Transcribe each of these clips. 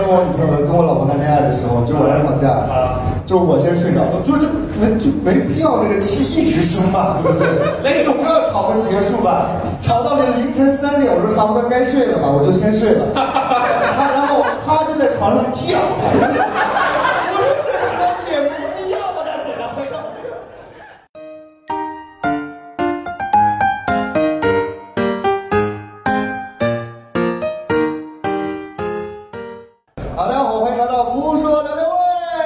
我女朋友跟我老婆谈恋爱的时候，就晚上吵架，就是我先睡着了，就是没必要这个气一直生嘛，对不对？那总要吵个结束吧，吵到那凌晨3点，我说差不多该睡了吧，我就先睡了。然后他就在床上跳，我说这也没必要吧，大姐。好，大家好，欢迎来到胡说聊天会。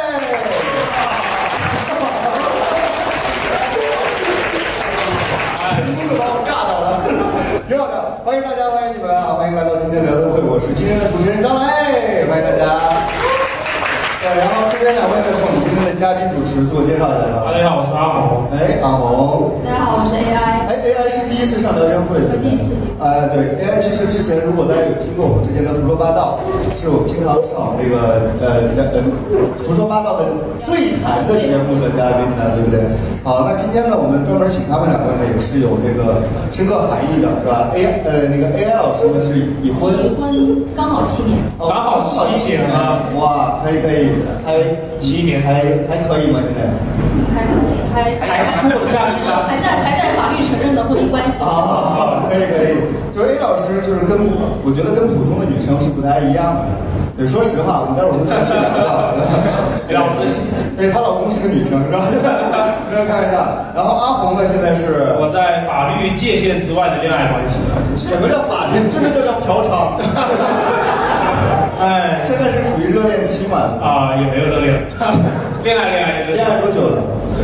成功的把我尬到了，挺好的，欢迎大家，欢迎你们啊，欢迎来到今天的聊天会，我是今天的主持人张磊，欢迎大家。对，然后这边2位呢是我们今天的嘉宾主持，自我介绍一下吧。 大家好，我是阿红。 哎，阿红。 大家好，我是 AI。 哎 ，AI 是第一次上聊天会，对不对？ 第一次。 对 ，AI 其实之前如果大家有听过我们之前的胡说八道，是我们经常上这个胡说八道的对谈的节目的嘉宾的，对不对？好，那今天呢，我们专门请他们2位呢，也是有这个深刻含义的，是吧那个 AI 老师呢是已婚。 已婚刚好7年。 哦，刚好7年啊！哇，可以，还 7年， 还可以吗？现在？ 还过得下去吗？ 还在法律承认的婚姻关系。 啊，可以。就 A 老师就是我觉得跟普通的女生是不太一样的。对，说实话，我们待会儿会详细聊到。 A 老师， 对，她老公是个女生，是吧？没有开玩笑。然后阿红呢，现在是我在法律界限之外的恋爱关系。 什么叫法律？这个就叫嫖娼。 哎， 现在是属于热恋期嘛？ 啊，也没有热恋，恋爱多久了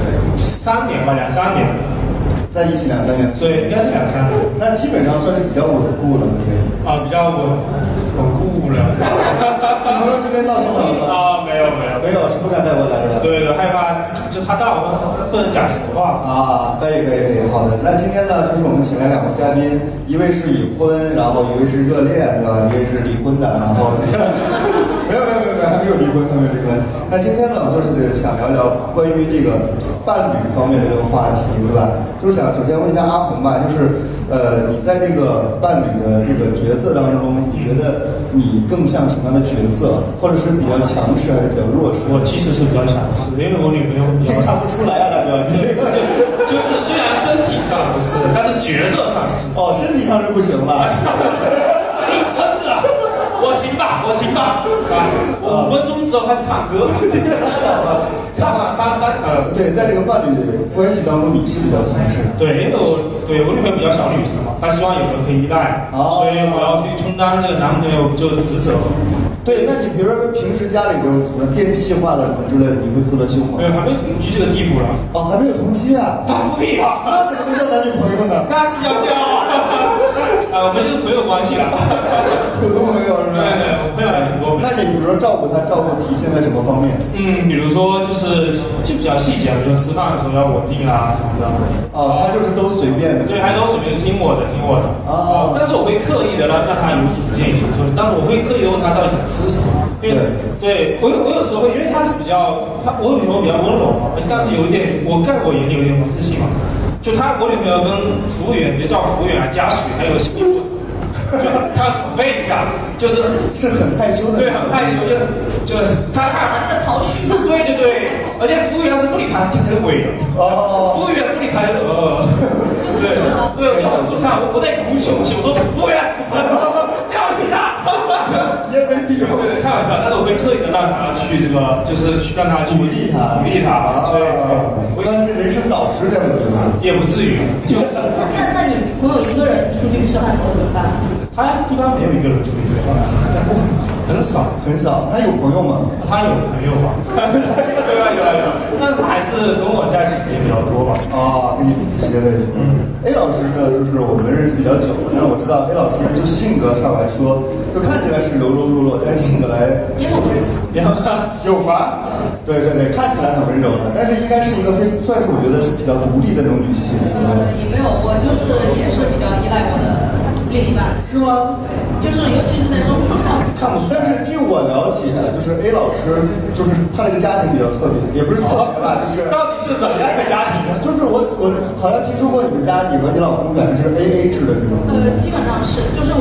？3年吧，2-3年。 在一起2-3年， 对，应该是2-3年。 那基本上算是比较稳固了，对。 啊，比较稳固了。 你朋友今天到现场了吗？ 啊，没有， 是不敢带过来是吧？ 对，害怕就他到不能讲实话。啊， 可以，好的。那今天呢，就是我们请来2位嘉宾，一位是已婚，然后一位是热恋，是吧？一位是离婚的，然后没有，还没有离婚。那今天呢，就是想聊聊关于这个伴侣方面的这个话题，是吧？就是想首先问一下阿红吧，就是你在这个伴侣的这个角色当中，你觉得你更像什么样的角色，或者是比较强势还是比较弱势？ 我其实是比较强势，因为我女朋友这看不出来啊，大哥， 就是虽然身体上不是，但是角色上是。 哦，身体上是不行了。 撑着，我行吧。我5分钟之后开始唱歌。唱吧3 对，在这个伴侣关系当中，你是比较强势。 对，因为我女朋友比较小女生嘛，她希望有人可以依赖，所以我要去充当这个男朋友就职责。 对，那你比如说平时家里头什么电气化的什么之类的，你会负责修吗？ 没有，还没有同居这个地步了。 哦，还没有同居啊？ 不必啊， 那怎么能叫男女朋友呢？ 那是要交啊，我们就是朋友关系了。 普通朋友是吧？ 对，我朋友还挺多。 那你比如说照顾他，体现在什么方面？ 比如说就比较细节，比如说吃饭的时候要我定啊什么的。 哦，他就是都随便的。 对，还都随便听我的。哦。但是我会刻意的让他有主见，但是我会刻意的问他到底想吃什么。对，我有时候会，因为他是我女朋友比较温柔嘛，但是有一点，在我眼里有点文字性嘛。就我女朋友跟服务员，别叫服务员啊，加水还有洗衣服。他要准备一下，是很害羞的， 对，很害羞，就是他那个曹旭嘛， 对，而且服务员要是不理他，就开始萎了。哦，服务员不理他就对，我在鼓起勇气，我说服务员，叫你他， 也没理我， 对，开玩笑，但是我会特意的让他去就是让他去鼓励他，对， 我刚是人生导师这样的角色， 也不至于。 那你朋友一个人出去吃饭的时候怎么办？ 他一般没有一个人出去吃饭，很少。 他有朋友吗？ 他有朋友吧？有，但是还是跟我在一起时间比较多吧。 哦，跟你时间在一起。A 老师呢，就是我们认识比较久了，但是我知道 A 老师就性格上来说，就看起来是柔柔弱弱，但性格来也很温柔。 有吗？对，看起来很温柔的，但是应该是一个算是我觉得是比较独立的那种女性。 也没有，我也是比较依赖我的另一半。 是吗？ 对，尤其是在生活上。 但是据我了解，就是 A 老师，就是他这个家庭比较特别，也不是特别吧，就是到底是什么样的家庭呢？ 就是我好像听说过你们家，你和你老公2人是 AA 制的这种。 基本上是，就是我们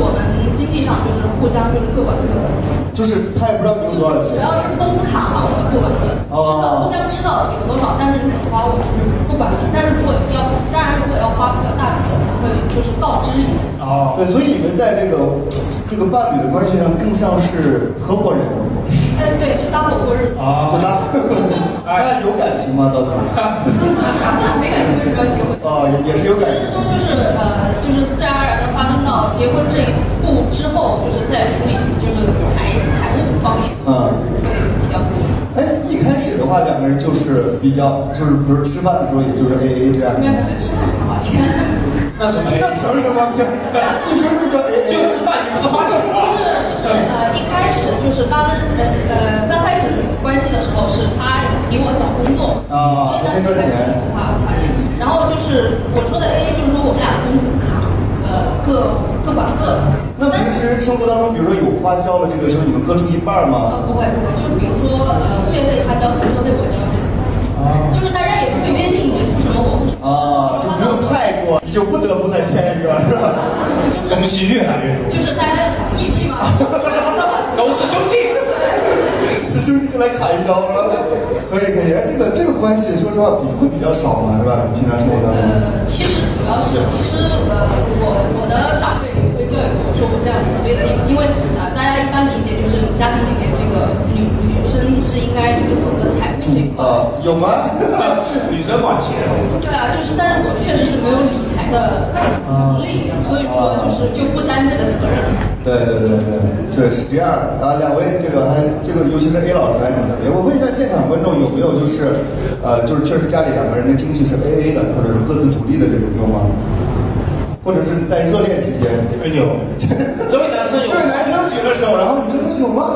经济上就是互相就是各管各的。 就是他也不知道你有多少钱。 主要是工资卡嘛，我们各管各的，互相知道有多少，但是你怎么花我们不管的。但是如果要花比较大笔的，可能会就是告知一下。 哦。 对，所以你们在这个伴侣的关系上更像是合伙人。 对，就搭伙过日子。 就搭。那有感情吗？到底？ 没感情为什么要结婚？ 也是有感情。 就是自然而然的发生到结婚这一步之后，就是在处理就是财务方面，会比较不一样。 一开始的话，两个人就是比如吃饭的时候，也就是 AA 这样。 没有，吃饭是他花钱。 那什么？ 那凭什么？就叫 AA。 就吃饭你不是花钱吗？ 一开始就是刚开始关系的时候，是他比我早工作他先赚钱， 然后就是我说的 AA，就是说我们俩的工资卡，各管各的。 那平时生活当中，比如说有花销了，这个时候你们各出一半吗？ 不会，就是比如说物业费他交，车费我交。就是大家也不会约定你付什么我付什么。 就不用太过，你就不得不再添一个，是吧？ 东西越来越多。 就是大家要讲义气嘛。 都是兄弟。 是兄弟就来砍一刀了。可以。这个关系，说实话会比较少嘛，是吧？平常生活当中。 其实主要是，我的长辈也会教育我说我这样是不对的，因为大家一般理解就是家庭里面这个女生是应该就是负责财务这一块。 有吗？ 女生管钱。 对啊，但是我确实是没有理财的能力，所以说就不担这个责任。 对，是这样的两位这个尤其是 A 老师还挺特别。我问一下现场观众有没有就是确实家里两个人的经济是 AA 的，或者是各自独立的这种有吗？或者是在热恋期间？ 有。这位男生有。 这位男生举了手，然后你说有吗？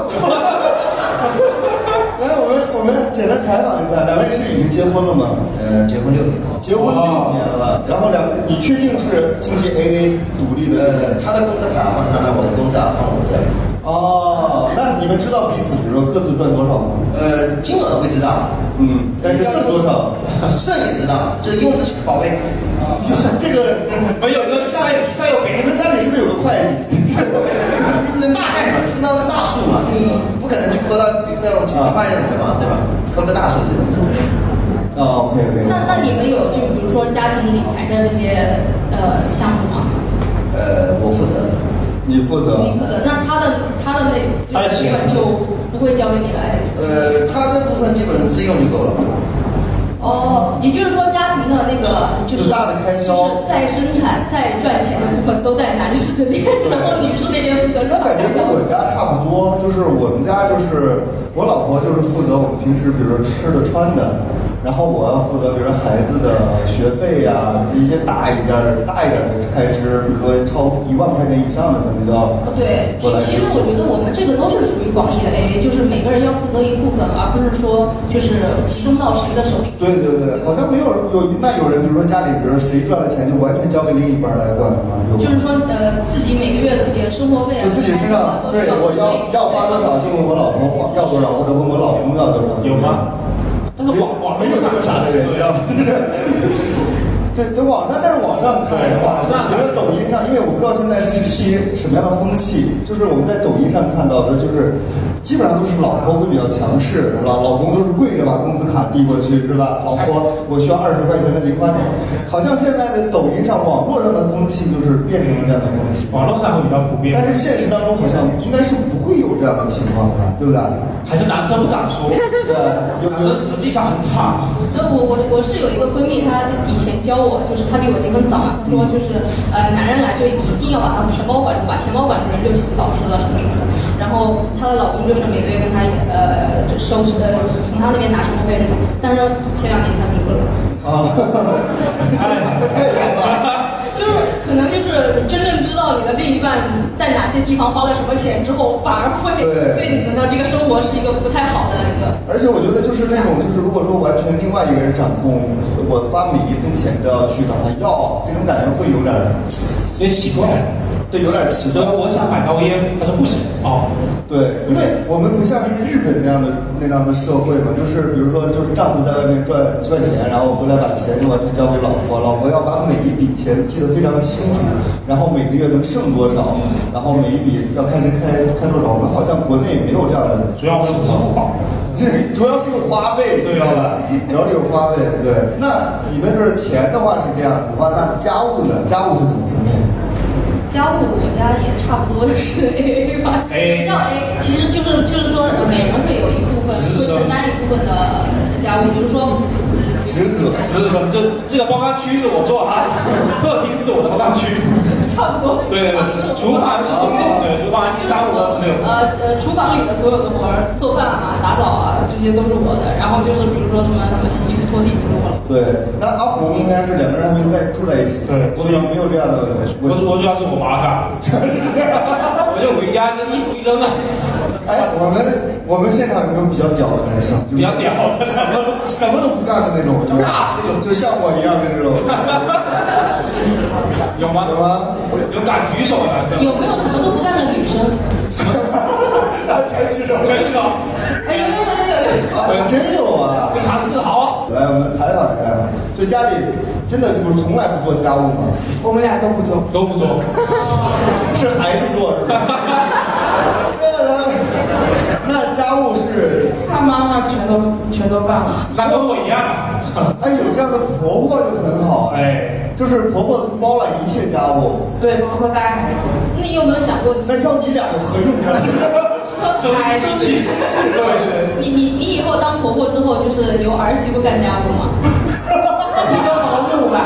来，我们简单采访一下，两位是已经结婚了吗？ 结婚6年。 结婚6年了，然后你确定是经济 AA 独立的？ 他的工资卡放他那，我的工资卡放我这。 那你们知道彼此比如说各自赚多少吗？ 金额会知道， 但是剩多少？ 剩也知道，这用之宝贝。 这个没有，那家里比赛有给你们家里是不是有个会计？ 那大概嘛，知道个大数嘛，你不可能去抠到那种几十块钱的嘛，对吧？抠个大数这种的。 OK。 那你们有就比如说家庭理财的这些项目吗？ 我负责。 你负责。 那他的那部分就不会交给你来。 他这部分基本上自用就够了。 也就是说家庭的那个就是大的开销， 再生产再赚钱的部分都在男士这边，然后女士那边负责。 我感觉跟我家差不多，就是我们家就是我老婆就是负责我们平时比如说吃的穿的，然后我要负责比如说孩子的学费呀，一些大一点的开支，比如说超1万块钱以上的可能就要。 对，其实我觉得我们这个都是属于广义的 AA，就是每个人要负责一部分，而不是说就是集中到谁的手里。 对，好像没有人，比如说家里，比如说谁赚了钱就完全交给另一半来管吗？ 就是说自己每个月的生活费就自己身上，对，我要花多少就问我老婆要多少，或者问我老公要多少。 有吗？但是网没有这么傻的人，你知道吗？对，网上，但是网上可以，比如说抖音上，因为我不知道现在是一什么样的风气，就是我们在抖音上看到的，就是基本上都是老婆会比较强势，老公都是跪着把工资卡递过去，是吧？老婆，我需要20块钱的零花钱。好像现在的抖音上、网络上的风气就是变成了这样的风气。 网络上会比较普遍， 但是现实当中好像应该是不会有这样的情况的，对不对？ 还是男生不敢说， 对， 男生实际上很差。 我是有一个闺蜜，她以前教我，就是她比我结婚早嘛，她说就是男人来就一定要把他钱包管住，把钱包管住人就老实了什么什么的。然后她的老公就是每个月跟她收从她那边拿生活费这种，但是前2年她离婚了。就是可能就是你真正知道你的另一半在哪些地方花了什么钱之后，反而会对你们的这个生活是一个不太好的一个。 而且我觉得就是那种就是如果说完全另外一个人掌控，我花每一分钱都要去找他要，这种感觉会有点奇怪。 对，有点奇怪。 我想买包烟，他说不行哦。 对，因为我们不像是日本那样的社会嘛，就是比如说就是丈夫在外面赚钱，然后回来把钱就完全交给老婆，老婆要把每一笔钱记得非常清楚，然后每个月能剩多少，然后每一笔要看是开多少。我们好像国内没有这样的， 主要是支付宝， 这主要是有花呗，知道吧？主要是有花呗。对，那你们这钱的话是这样子的话，那家务呢？家务是怎么层面？ 家务我家也差不多就是 AA 吧，叫 A， 其实就是说每人会有一部分会承担一部分的家务，比如说职责，就这个包干区是我做啊，客厅是我的包干区， 差不多。 对，厨房是公共的，厨房1、3、5、6。 厨房里的所有的活儿，做饭啊、打扫啊，这些都是我的。然后就是比如说什么洗衣服、拖地都是我了。 对，那阿红应该是两个人还没在住在一起。 对， 我没有这样的。 我主要是我爸干，我就回家就衣服一扔了。 哎，我们现场有没有比较屌的男生？ 比较屌， 什么都不干的那种，就像我一样的这种。 有吗？有敢举手的？ 有没有什么都不干的女生？ 全举手， 真的？ 哎，有， 真有啊！ 非常自豪。 来，我们采访一下，就家里真的是不是从来不做家务吗？ 我们俩都不做， 是孩子做是吧？那家务是他妈妈全都干了， 那跟我一样。 哎，有这样的婆婆就很好， 哎， 就是婆婆包了一切家务， 对，包括带孩子。 你有没有想过， 那要你俩有何用呢？ 收起，对，你以后当婆婆之后，就是由儿媳妇干家务吗？ 一个保姆吧。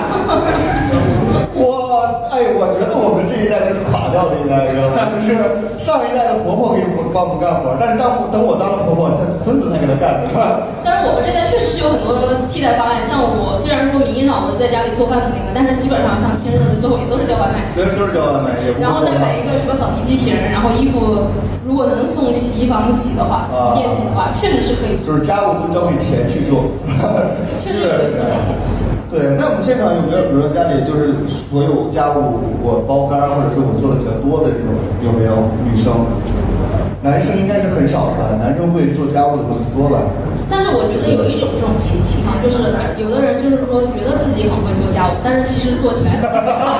我觉得我们这一代就是垮掉的一代，知道吗？就是上一代的婆婆给帮我们干活，但是等我当了婆婆，孙子才给她干，是吧？ 但是我们这代确实是有很多替代方案，像我虽然说名义上我是在家里做饭的那个，但是基本上像先生之后也都是叫外卖。 对，都是叫外卖，也不。 然后再买一个什么扫地机器人，然后衣服如果能送洗衣房洗的话，洗衣店洗的话，确实是可以。 就是家务都交给钱去做， 确实是可以。 对，那我们现场有没有，比如说家里就是所有家务我包干，或者是我做的比较多的这种，有没有女生？男生应该是很少吧，男生会做家务的更多吧。 但是我觉得有一种这种情况，就是有的人就是说觉得自己很会做家务，但是其实做起来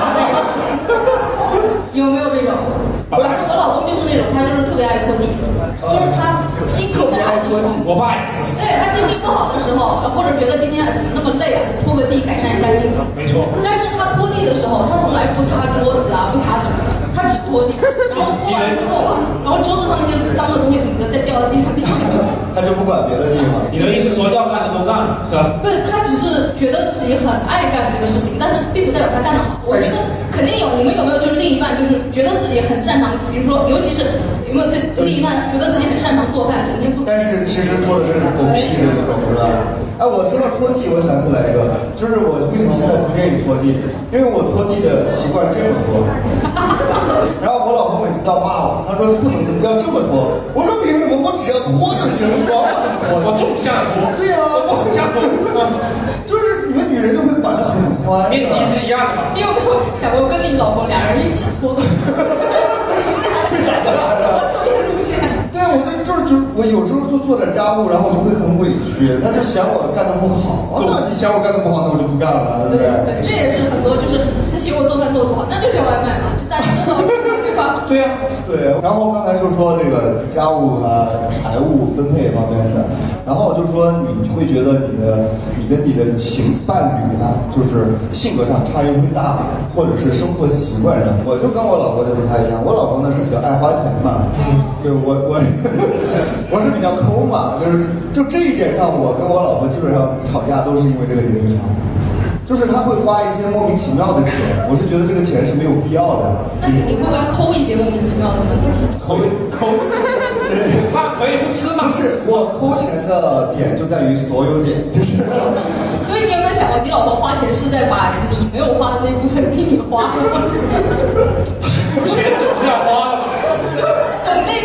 有没有这种？我老公就是那种，他就是特别爱拖地，就是他心情不好的时候， 我爸也是。 对，他心情不好的时候，或者觉得今天怎么那么累啊，拖个地改善一下心情。 没错。 但是他拖地的时候，他从来不擦桌子啊，不擦什么的，他只拖地。然后拖完之后啊，然后桌子上那些脏的东西什么的再掉到地上。 他就不管别的地方。 你的意思说要干的都干了，是吧？ 不是，他只是觉得自己很爱干这个事情，但是并不代表他干得好。我觉得肯定有，你们有没有就是另一半就是觉得自己很擅长，比如说尤其是有没有对另一半觉得自己很擅长做饭，整天做。 但是其实做的是狗屁的那种，是吧？哎，我说到拖地，我想起来一个，就是我为什么现在不愿意拖地，因为我拖地的习惯这么多。然后我老婆每次都要骂我，她说不要这么多。我说凭什么？我只要拖就行，管我怎么拖？ 我就不想拖。对呀，我不想拖。就是你们女人就会管得很宽。 面积是一样的。 你有没有想过跟你老婆俩人一起拖？ 会打架的。 这个路线。 对，我有时候做点家务，然后我就会很委屈，他就嫌我干得不好。那你嫌我干得不好，那我就不干了，对不对？ 对，这也是很多就是他嫌我做饭做得不好，那就叫外卖嘛，就大家都高兴，对吧？ 对呀。 对，然后刚才就说这个家务啊、财务分配方面的，然后就说你会觉得你跟你的伴侣啊，就是性格上差异会大，或者是生活习惯上，我就跟我老婆就不太一样，我老婆呢是比较爱花钱嘛，对我是比较抠嘛，就这一点上，我跟我老婆基本上吵架都是因为这个原因。就是他会花一些莫名其妙的钱，我是觉得这个钱是没有必要的。 那你会不会抠一些莫名其妙的东西？ 抠，饭可以不吃吗？ 不是，我抠钱的点就在于所有点，就是。 所以你有没有想过，你老婆花钱是在把你没有花的那部分替你花？ 钱总是要花的。 总得买条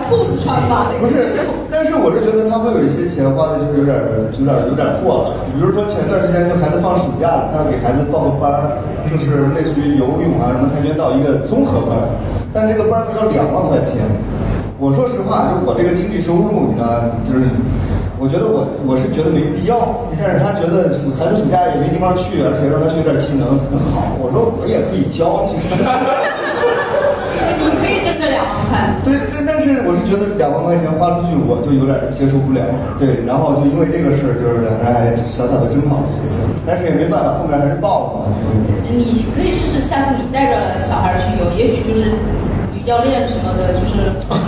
裤子穿吧？ 不是，但是我是觉得他会有一些钱花的，就是有点过了。比如说前段时间就孩子放暑假了，他要给孩子报个班儿，就是类似于游泳啊什么跆拳道一个综合班，但这个班要2万块钱。我说实话，就我这个经济收入，你知道，就是我觉得我是觉得没必要，但是他觉得孩子暑假也没地方去，而且让他学点技能很好。我说我也可以教，其实。 你可以挣这2万块。 对，但是我是觉得2万块钱花出去，我就有点接受不了。对，然后就因为这个事，就是两个人还小小的争吵了一次，但是也没办法，后面还是报了嘛。 你可以试试，下次你带着小孩去游，也许就是女教练什么的，就是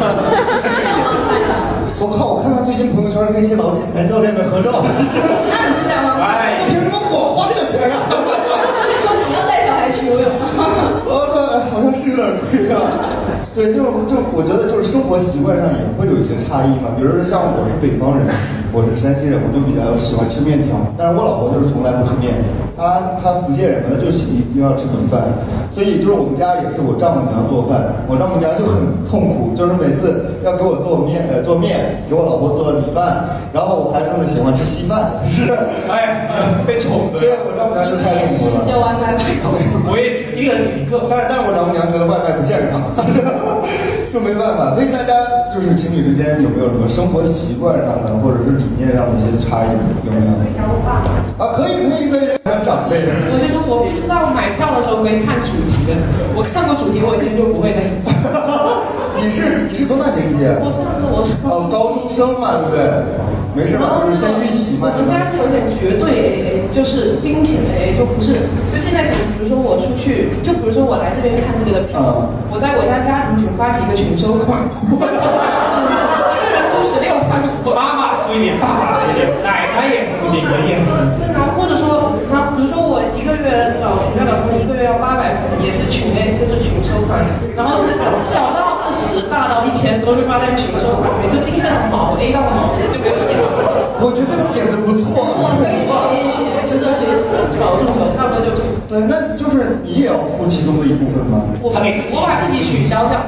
2万块的。 我靠！我看他最近朋友圈跟一些老男教练们合照， 那你是2万块？ 那凭什么我花这个钱啊？ 他就说你要带小孩去游泳。 对，好像是有点亏啊。对，就我觉得就是生活习惯上也会有一些差异嘛。比如说像我是北方人，我是山西人，我就比较喜欢吃面条，但是我老婆就是从来不吃面，她福建人嘛，她就一定要吃米饭，所以就是我们家也是我丈母娘做饭，我丈母娘就很痛苦，就是每次要给我做面，给我老婆做米饭，然后我孩子呢喜欢吃稀饭，是， 被宠的。 对，我丈母娘就太痛苦了。 叫外卖吧。 我也一人点一个， 但是我丈母娘觉得外卖不健康，就没办法。所以大家就是情侣之间有没有什么生活习惯上的，或者是理念上的一些差异？有没有？啊，可以，让长辈。 我就说我不知道买票的时候没看主题的，我看过主题，我以前就不会再。 你是多大年纪？ 我高中生嘛，对不对？没事嘛，就是先预习嘛。 我们家是有点绝对就是金钱就不是，就现在比如说我出去，就比如说我来这边看这个的票，我在我家家庭群发起一个群收款，一个人出16块， 妈妈付一点，爸爸付一点，奶奶也付一点，爷爷付。 然后或者说，比如说我1个月找学校老师1个月要800块，也是群就是群收款，然后小到20，大到1000都是发在群收款，每次进上毛 A 到毛就没有一点。 我觉得这个点子不错， 值得学习，保重有差不多就。 对，那就是你也要付其中的一部分吗？ 我把自己取消掉。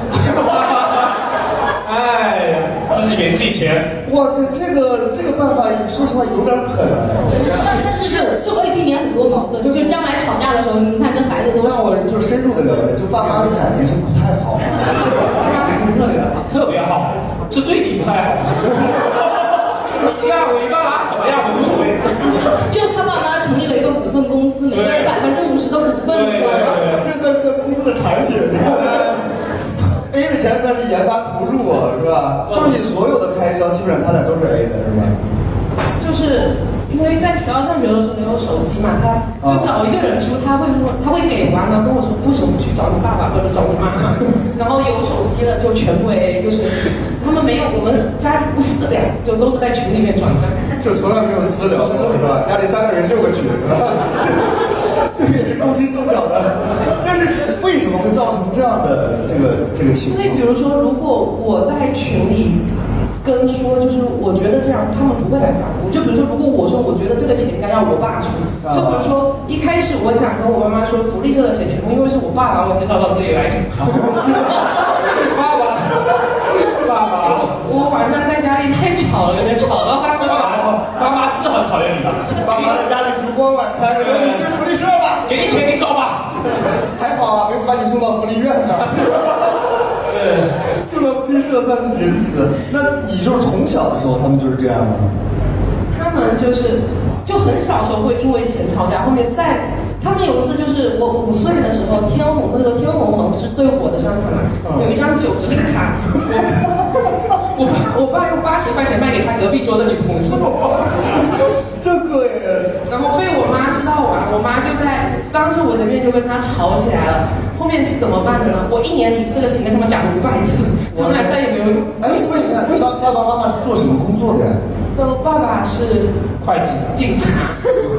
哎呀，自己给自己钱。 哇，这个办法，说实话有点狠。 但是就可以避免很多矛盾，就是将来吵架的时候，你看跟孩子都。 那我就深入的了解，就爸妈的感情是不太好。 爸妈感情特别好， 是对你不太好。我一爸妈怎么样无所谓。 就他爸妈成立了一个股份公司，每个人50%的股份。 对，这算是个公司的产品。A 的钱算是研发投入是吧？就是你所有的开销，基本上他俩都是 A 的，是吧？ 就是因为在学校上学的时候没有手机嘛，他就找一个人出，他会给完了跟我说为什么不去找你爸爸或者找你妈妈，然后有手机了就全部 A， 就是他们没有，我们家里不私聊，就都是在群里面转账， 就从来没有私聊过是吧？家里3个人6个群是吧？这个也是勾心斗角的。但是为什么会造成这样的这个情况？ 因为比如说，如果我在群里跟说，就是我觉得这样，他们不会来反驳。就比如说，如果我说我觉得这个钱应该让我爸出，就比如说一开始我想跟我妈妈说福利社的钱全部因为是我爸把我介绍到这里来。爸爸，我晚上在家里太吵了，有点吵到他们。 妈妈是很讨厌你的。 爸妈在家里烛光晚餐，你去福利社吧， 给你钱你走吧。 还好啊，没把你送到福利院呢。对，送到福利社算是仁慈。那你就是从小的时候，他们就是这样吗？ 他们就很小时候会因为钱吵架，后面他们有次就是我5岁的时候，天虹那个天虹好像是最火的商场嘛，有一张90的卡，我爸用80块钱卖给他隔壁桌的女同事。 这个耶。 然后被我妈知道完，我妈就在当着我的面就跟他吵起来了。后面是怎么办的呢？我1年里这个情跟他们讲了500次，他们俩再也没有。 哎，问一下，爸爸妈妈是做什么工作的呀？ 爸爸是会计， 警察。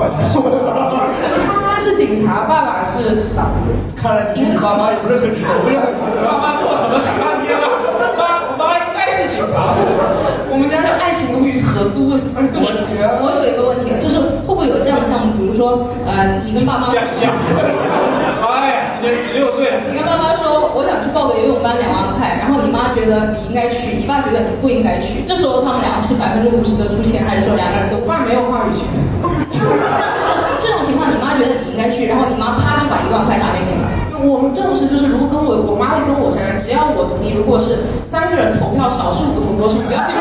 妈妈是警察，爸爸是。 看来你爸妈也不是很熟的样子。 爸妈做什么想半天了？我妈应该是警察。 我们家叫爱情公寓合租的。 我有一个问题，就是会不会有这样的项目？比如说，你跟爸妈。 这样。哎呀，今年16岁了。 你跟爸妈说，我想出去报个游泳班2万块，然后你妈觉得你应该去，你爸觉得你不应该去，这时候他们俩是50%的出钱，还是说2个人都我爸没有话语权？ 这种情况，你妈觉得你应该去，然后你妈啪就把1万块打给你了。 我们正式就是，如果跟我妈会跟我商量，只要我同意，如果是3个人投票，少数服从多数，不要。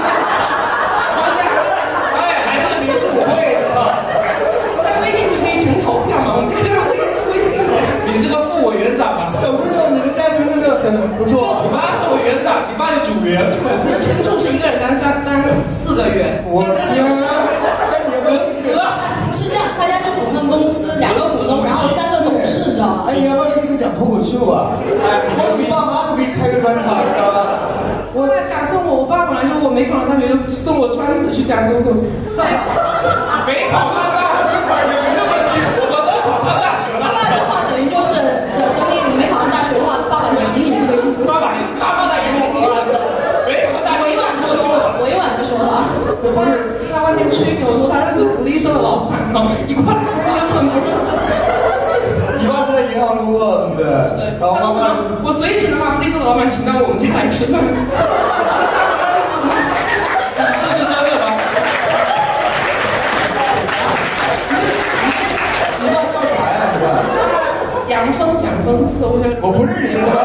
哎，还是民主会的。 在微信群可以群投票嘛？我们这个微信。 你是个副委员长啊？ 小姑娘，你的家庭真的很不错。 你妈是委员长，你爸是组员。 群主是1个人单4个月。 我天啊！哎，你们是这样，他家就是我们公司2个股东，然后3个董事，知道吗？ 哎，你要不要试试讲脱口秀啊？光你爸妈就可以开个专场，知道吧？ 我在想送我爸本来就我没考上大学，就送我专职去讲脱口秀。 没考上大学没那么低，我们都考上大学了。 他爸的话等于就是等你没考上大学的话，爸爸养你这个意思。 爸爸养你，没有大学。 委婉的说了。 在外面吹牛说他认识福利社的老板，然后一块就很多。 你爸是在银行工作，对不对？然后妈妈， 我随时能把福利社的老板请到我们家来吃饭。 这是真的吗？ 你爸叫啥呀？你爸？ 杨峰， 我不认识他。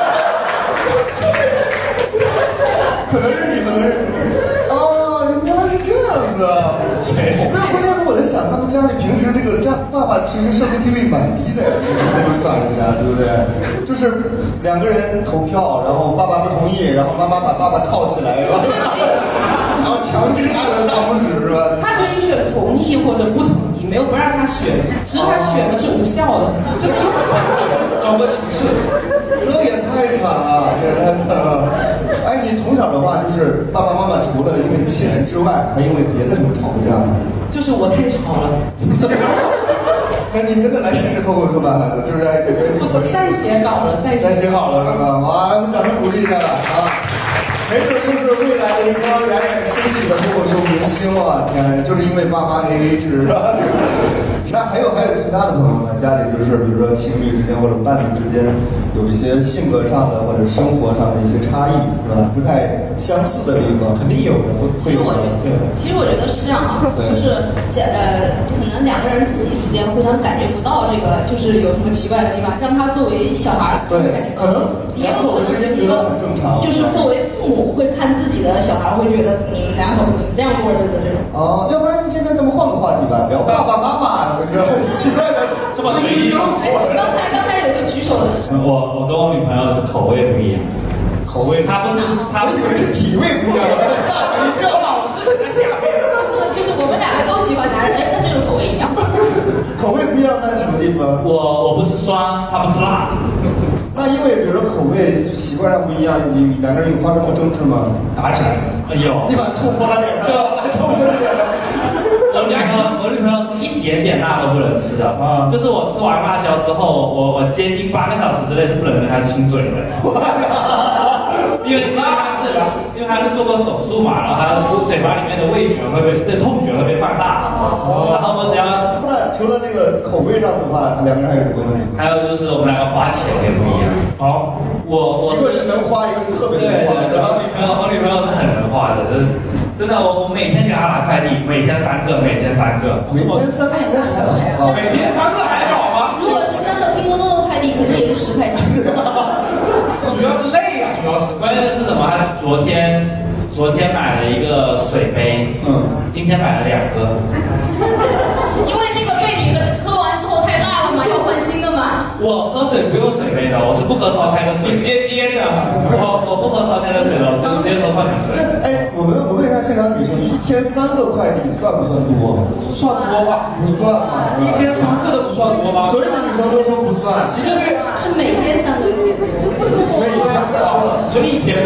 可能是你们的。哦，原来是这样子啊！ 谁？ 那关键是我在想，他们家里平时这个爸爸其实社会地位蛮低的，其实这么算一下，对不对？就是2个人投票，然后爸爸不同意，然后妈妈把爸爸铐起来，然后强制他的大拇指，是吧？ 他可以选同意或者不同意，没有不让他选，只是他选的是无效的，就是找个形式。 这也太惨了，这也太惨了。哎，你从小的话，就是爸爸妈妈除了因为钱之外，还因为别的什么吵过架吗？ 就是我太吵了。 那你真的来试试脱口秀吧，孩子，就是给别人合适。 再写稿了，再写好了是吧？哇，我们掌声鼓励一下吧啊！没准就是未来的一个冉冉升起的脱口秀明星啊！天，就是因为爸妈的 AA 制是吧？那还有其他的朋友呢？家里就是比如说情侣之间或者伴侣之间有一些性格上的或者生活上的一些差异，是吧？不太相似的地方， 肯定有的。 其实我觉得是这样啊，就是可能2个人自己之间互相感觉不到这个，就是有什么奇怪的地方。像他作为小孩， 对，可能2口子之间觉得很正常。 就是作为父母会看自己的小孩，会觉得2口子这样过日子这种。 哦，要不然现在咱们换个话题吧，聊爸爸妈妈奇怪的这么随意。 刚才有个举手的。 我跟我女朋友是口味不一样。口味，她以为是体位不一样，吓我一跳。 老师是在下面。 就是我们2个都喜欢男人，那这个口味一样。 口味不一样在什么地方？ 我不吃酸，她不吃辣。 那因为比如说口味习惯上不一样，你2个人有发生过争执吗？ 打起来？有。 你把醋泼他脸上，臭不脸上。 我女朋友是一点点辣都不能吃的，就是我吃完辣椒之后，我接近8个小时之内是不能跟她亲嘴的。因为她是做过手术嘛，然后她嘴巴里面的味觉痛觉会被放大，然后我只要。 那除了这个口味上的话，2个人还有什么问题？ 还有就是我们2个花钱也不一样。好，我一个是能花，一个是特别能花。 对，我女朋友是很能花的，真的，我每天给她拿快递，每天3个。 每天3个应该还好。 每天3个还好吗？ 如果是3个拼多多的快递，可能也是10块钱。 主要是累啊，关键是什么？昨天买了一个水杯，今天买了2个。 因为那个被你喝完之后太辣了嘛，要换新的嘛。 我喝水不用水杯的，我是不喝烧开的水，直接接着。我不喝烧开的水了，我直接喝矿泉水。 哎，我问一下现场女生，一天3个快递算不算多？ 不算多吧？ 不算吧？ 一天3个都不算多吧？ 所有的女生都说不算。 是每天3个有点多。 每天3个， 所以一天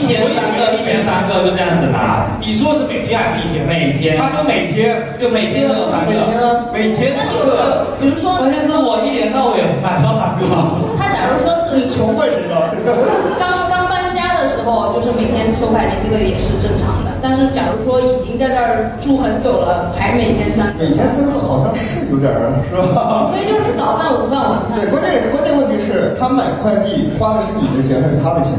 3个就这样子拿。你说是每天还是一天？每天。他说每天，就每天都有3个。每天3个。 比如说， 关键是我一年到尾买不到3个。 他假如说是穷坏谁了？ 刚搬家的时候，就是每天收快递，这个也是正常的。 但是假如说已经在这儿住很久了，还每天3 每天3次好像是有点是吧？ 所以就是早饭、午饭、晚饭。 对，关键问题是他买快递花的是你的钱还是他的钱？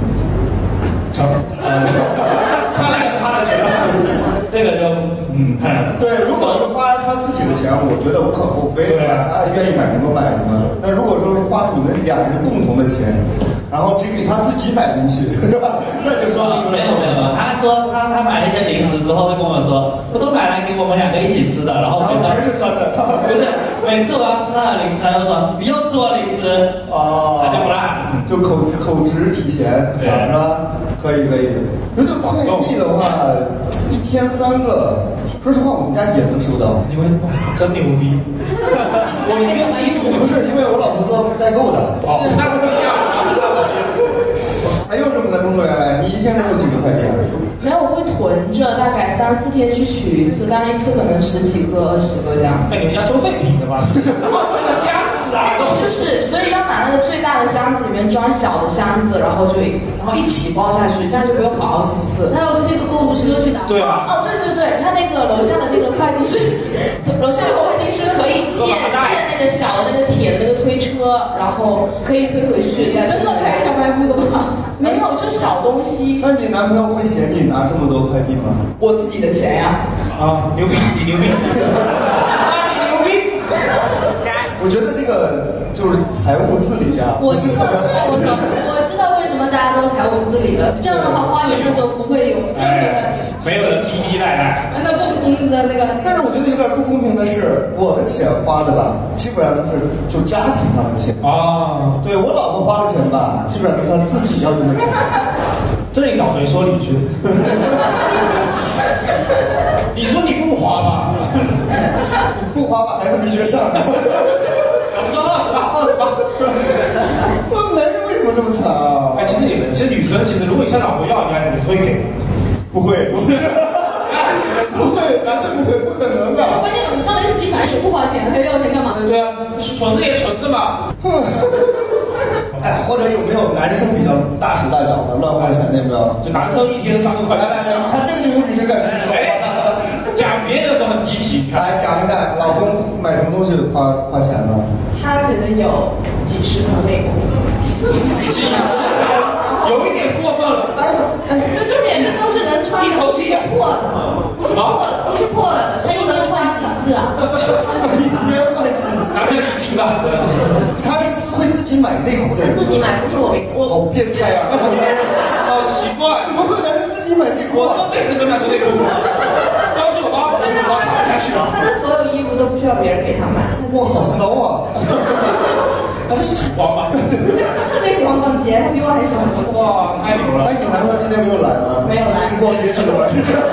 他那个是他的钱，这个就看。 对，如果是花他自己的钱，我觉得无可厚非，对吧？他愿意买什么买什么。那如果说是花你们2人共同的钱，然后只给他自己买东西，是吧？那就说没有，他说他买了一些零食之后会跟我说，我都买来给我们2个一起吃的，然后全是酸的， 不是，每次我要吃他的零食，他就说你又吃我零食，他就不辣， 就口直体咸，是吧？可以。觉得快递的话，1天3个，说实话我们家也能收到。 因为真牛逼，我一个季度不是因为我老婆做代购的。 哦，那不一样。 还有什么的工作原来？你1天能有几个快递啊？ 没有，我会囤着，大概3、4天去取一次，但一次可能10几个、20个这样。 那你们家收废品的吧？这个箱子啊， 就是，所以要拿那个最大的箱子里面装小的箱子，然后一起包下去，这样就不用跑好几次。 还有推个购物车去拿。 对啊。 哦，对，他那个楼下的那个快递是，楼下的快递是可以借那个小的那个铁的那个推车，然后可以推回去。 真的开小卖部的吗？ 没有，就小东西。 那你男朋友会嫌你拿这么多快递吗？ 我自己的钱呀。 啊，牛逼，你牛逼。 我觉得这个就是财务自理啊。 我知道为什么大家都财务自理了，这样的话花钱的时候不会有没有人依赖。 那不公的那个。 但是我觉得有点不公平的是，我的钱花的吧，基本上都是就家庭花的钱。 啊。 对，我老婆花的钱吧，基本上是她自己要用的钱。 这你找谁说理去？你说你不花吧？ 不花吧，孩子没学上。 我说28。 我男人为什么这么惨啊？ 其实女生如果你向老婆要，你会给？ 不会，绝对不会，不可能的。 关键我们张雷自己反正也不花钱，还要钱干嘛？ 对啊，存着也存着嘛。 或者有没有男生比较大手大脚的乱花钱的有没有？ 就男生1天3个快递。 来，你看这个就有女生感觉说。 讲别人的时候很积极。 来讲一下，老公买什么东西花钱呢？ 他可能有几十条内裤。 有一点过分了。 就重点是都是能穿， 一口气也破了，不是破了的， 他一天换几次啊？ 一天换几次？ 哪有1斤吧？ 他是会自己买内裤的人。 自己买，不是我好变态啊！ 好奇怪， 怎么会男人自己买内裤？ 我这辈子没买过内裤。要是我把我买下去了。 他的所有衣服都不需要别人给他买。 哇，好骚啊！ 他是喜欢吗？ 特别喜欢逛街，他比我还喜欢逛街。 哇，太牛了！ 哎，你男朋友今天没有来吗？ 没有来。 是逛街去了吗？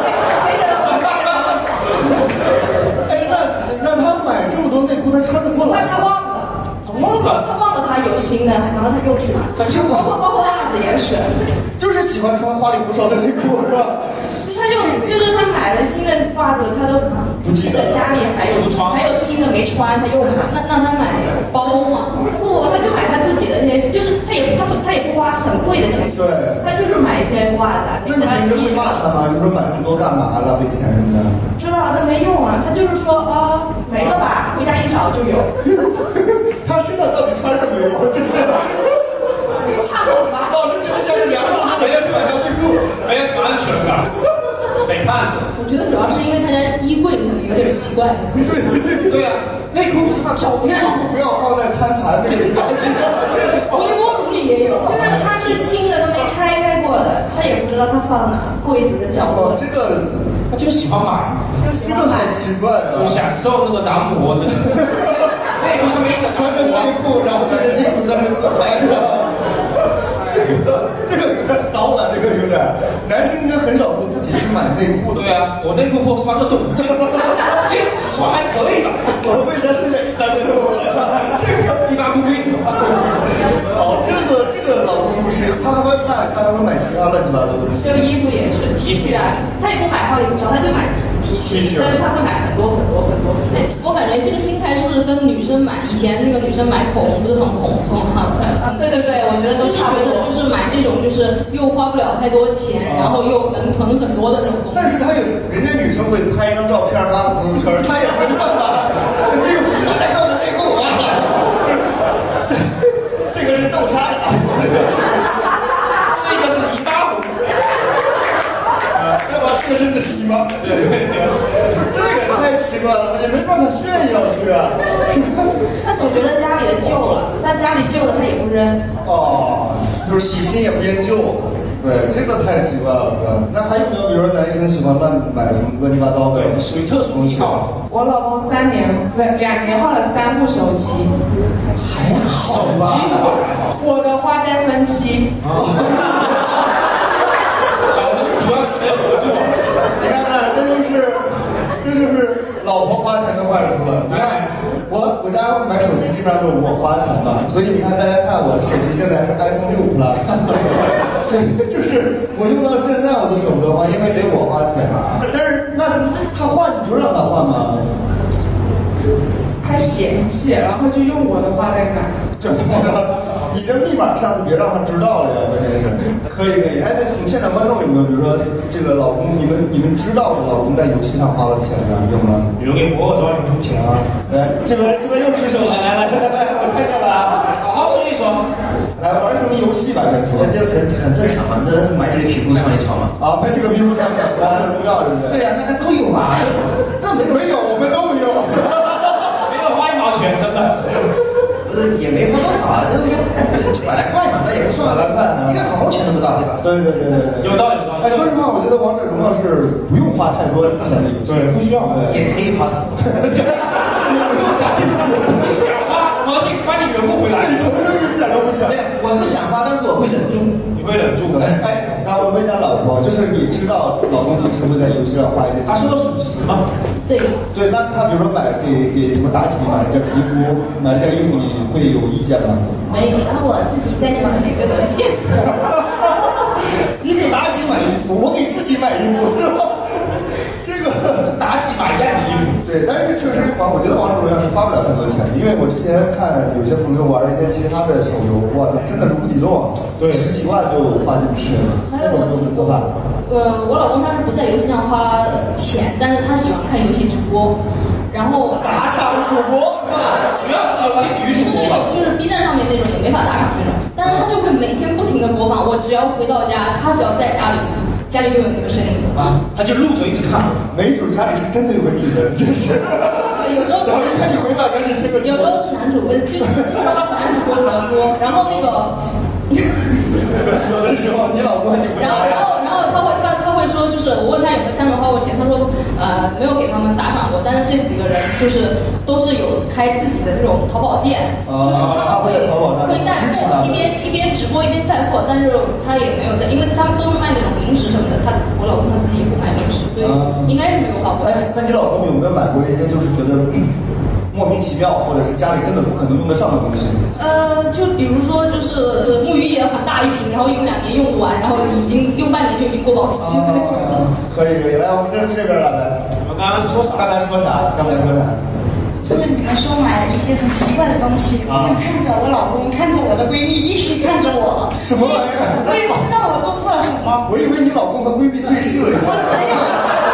哎，那他买这么多内裤，他穿得过来？ 他忘了他有新的，然后他又去买。包括袜子也是。 就是喜欢穿花里胡哨的内裤，是吧？ 就是他买了新的袜子，他都不记得家里还有新的没穿，他又买。 那他买包吗？ 不，他就买他自己的那些，就是他也不花很贵的钱。 对。 他就是买一些袜子。 那你平时会骂他吗？就说买这么多干嘛？浪费钱什么的。 知道，那没用啊。他就是说没了吧，回家一找就有。 他身上到底穿什么没有？真是。老师觉得像是凉了，他每天去买条内裤， 没有什么安全感。得看着。 我觉得主要是因为他家衣柜可能有点奇怪。 对啊，内裤不是放照片。 内裤不要放在餐盘那个地方。 微波炉里也有。 就是它是新的，都没拆开过的，他也不知道他放哪，柜子的角落。 这个他就喜欢买。 这个很奇怪啊。 就享受那个男模的。内裤上面穿着内裤，然后对着镜子在那自拍。这个有点骚了，这个有点。男生应该很少会自己去买内裤的。 对啊，我内裤破3个洞，这个尺寸还可以吧？ 我为啥是3个洞？ 这个一般不规则。 哦，这个老公是他还会买其他乱七八糟的东西。 就衣服也是 T 恤啊，他也不买花里胡哨，他就买 T T 恤，但是他会买很多。 哎，我感觉这个心态是不是跟女生买以前那个女生买口红不是很对，我觉得都差不多， 就是买那种就是又花不了太多钱，然后又能囤很多的那种东西。 但是他有人家女生会拍一张照片发个朋友圈，他也没办法。这个大家看我的内裤啊，这个是豆沙的， 这个是泥巴红， 对吧？这个真的是泥巴，对，这个太奇怪了，也没办法炫耀去啊。 他总觉得家里的旧了，但家里旧了他也不扔。 哦，就是喜新也不厌旧。对，这个太奇怪了，对吧？那还有没有，比如说男生喜欢买什么乱七八糟的，属于特殊东西？ 我老公2年换了3部手机， 还好吧？ 我的花旦分期。 主要是没有合作。 你看看，这就是老婆花钱的坏处了。你看，我家买手机基本上都是我花钱的，所以你看大家看我的手机现在是 iPhone 6 Plus， 就是我用到现在我都舍不得换，因为得我花钱。但是那他换你就让他换吗？ 他嫌弃，然后就用我的花呗买。 这你这密码上次别让他知道了呀，关键是。可以。哎，那我们现场观众有没有，比如说这个老公，你们知道的老公在游戏上花了钱的有吗？ 比如给博主赚很多钱啊。 来，这边又举手了，来，我看见了。 好好说一说。 来玩什么游戏吧？先说。 这个很正常嘛，这买几个皮肤上一床嘛。 啊，买几个皮肤上一床，完了不要对不对？ 对呀，那都有嘛。这没有，我们都有。 没有花1毛钱，真的。 也没花多少啊，这100来块嘛，那也不算 100来块， 应该好钱都不到，对吧？ 对。 有道理。 哎，说实话，我觉得王者荣耀是不用花太多钱的游戏。 对，不需要。 也可以花。 不用加进去。 你想花，我把你圆不回来。 这承认一点都不想。 我是想花，但是我会忍住。 你会忍住。 哎，那我问一下老婆，就是你知道老公平时会在游戏上花一些钱？ 他说的属实吗？ 对， 那他比如说给什么妲己买了件皮肤，买了件衣服，你会有意见吗？ 没有，然后我自己在上面每个东西。 你给妲己买衣服，我给自己买衣服，是吧？这个妲己买一样的衣服。 对，但是确实我觉得王者荣耀是花不了太多钱，因为我之前看有些朋友玩一些其他的手游，哇，真的是无底洞，对，10几万就花进去了，那种都是多大？ 我老公他是不在游戏上花钱，但是他喜欢看游戏直播，然后打赏主播， 主要是游戏女主播， 就是 B 站上面那种也没法打赏那种，但是他就会每天不停的播放，我只要回到家，他只要在家里就有那个声音啊，他就录着一直看， 没准家里是真的有个女人，真是。 有时候然后一看你回来赶紧切个。 有时候是男主播，就是男主播比较多，然后那个。 有的时候你老公你不然后他会说，就是我问他有没有他们花过钱，他说没有给他们打赏过，但是这几个人就是都是有开自己的那种淘宝店， 他会在淘宝上会带货，一边直播一边带货，但是他也没有在，因为他们都是卖那种零食什么的，我老公他自己也不买零食，所以应该是没有花过钱。 哎，那你老公有没有买过一些就是觉得莫名其妙，或者是家里根本不可能用得上的东西？ 就比如说就是沐浴液很大一瓶，然后用2年用不完，然后已经用半年就已经过保质期了。 可以，来我们这边来。 我刚才说啥？ 就是你们说买了一些很奇怪的东西，我就看着我老公，看着我的闺蜜，一起看着我。 什么玩意儿？ 我也不知道我做错了什么。 我以为你老公和闺蜜对视了一下。 没有。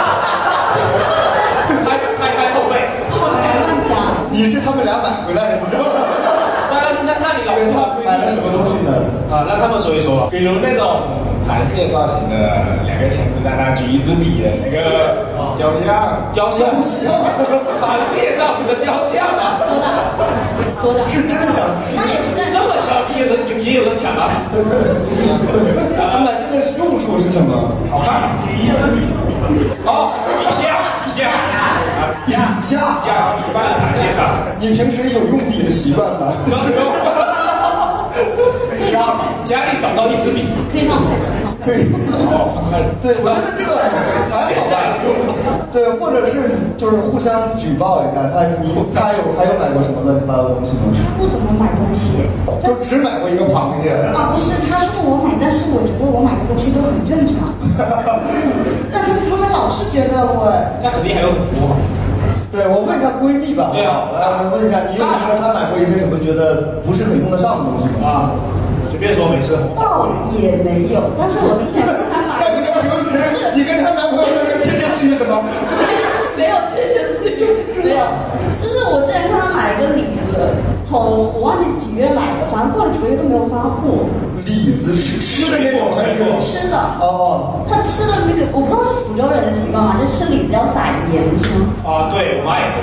开后背。 好敢乱讲。 你是他们俩买回来的，你知道吗？ 那你老公买了什么东西呢？ 让他们说一说吧。比如那种螃蟹造型的2个钳子在那举一支笔的那个雕像，螃蟹造型的雕像啊， 多大？ 是真的想吃？ 那也不占这么小也有人抢啊！ 买这个用处是什么？ 好看，举一支笔。哦，笔架笔放在螃蟹上。 你平时有用笔的习惯吗？ 家里找到一支笔， 可以放牌子， 可以。对，我觉得这个还好吧。对，或者是就是互相举报一下，他还有买过什么乱七八糟的东西吗？ 他不怎么买东西， 就只买过一个螃蟹。 不是，他说我买，但是我觉得我买的东西都很正常。但是他们老是是觉得我， 那肯定还有很多。 对，我问一下闺蜜吧。 对啊， 来，我们问一下，你有觉得她买过一些什么觉得不是很用得上的东西吗？ 啊，随便说没事。 倒也没有，但是我之前跟他买。 那你跟平时你跟她男朋友在这窃窃私语什么？ 没有窃窃私语，没有，就是我之前跟他买一个李子，从我忘记几月买的，反正过了几个月都没有发货。 李子是吃的那种还是？ 吃的。 哦。 他吃的那个，我不知道是福州人的习惯嘛，就吃李子要撒盐是吗？ 啊，对，我妈也会。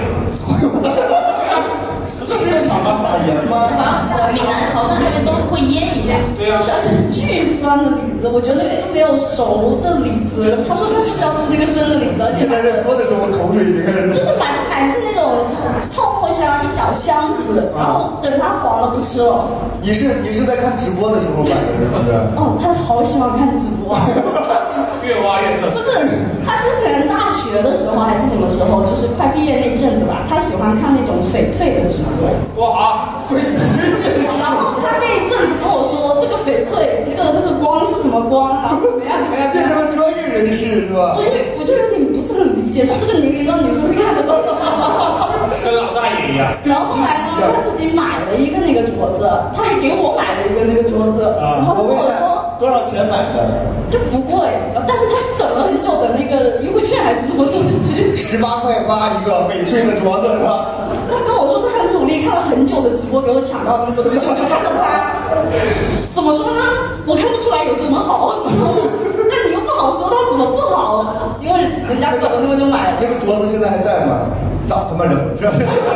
市场吗？撒盐吗？ 闽南、潮汕那边都会腌一下。 对啊。 而且是巨酸的李子，我觉得那个没有熟的李子。他说他就是要吃那个生的李子。 现在在说的时候，我口水已经开始。 就是买是那种泡沫箱一小箱子，然后等它黄了不吃了。 你是在看直播的时候买的是不是？ 哦，他好喜欢看直播。 越挖越深。 不是，他之前大学的时候还是什么时候，就是快毕业那阵子吧，他喜欢看那种翡翠的直播。 哇， 翡翠。 然后他那一阵子跟我说，这个翡翠，那个光是什么光，然后怎么样， 变成了专业人士是吧？ 我就有点不是很理解，是这个年龄的女生会看的东西吗？ 跟老大爷一样。 然后后来呢，他自己买了一个那个镯子，他还给我买了一个那个镯子，然后跟我说多少钱买的？ 就不贵，但是他等了很久的那个优惠券还是什么东西 ？18块8一个翡翠的镯子是吧？ 他跟我说他很努力看了很久的直播给我抢到那个东西，我就看着他，怎么说呢？我看不出来有什么好，但你又不好说他怎么不好，因为人家手那么就买了。 那个镯子现在还在吗？早他妈扔是吧？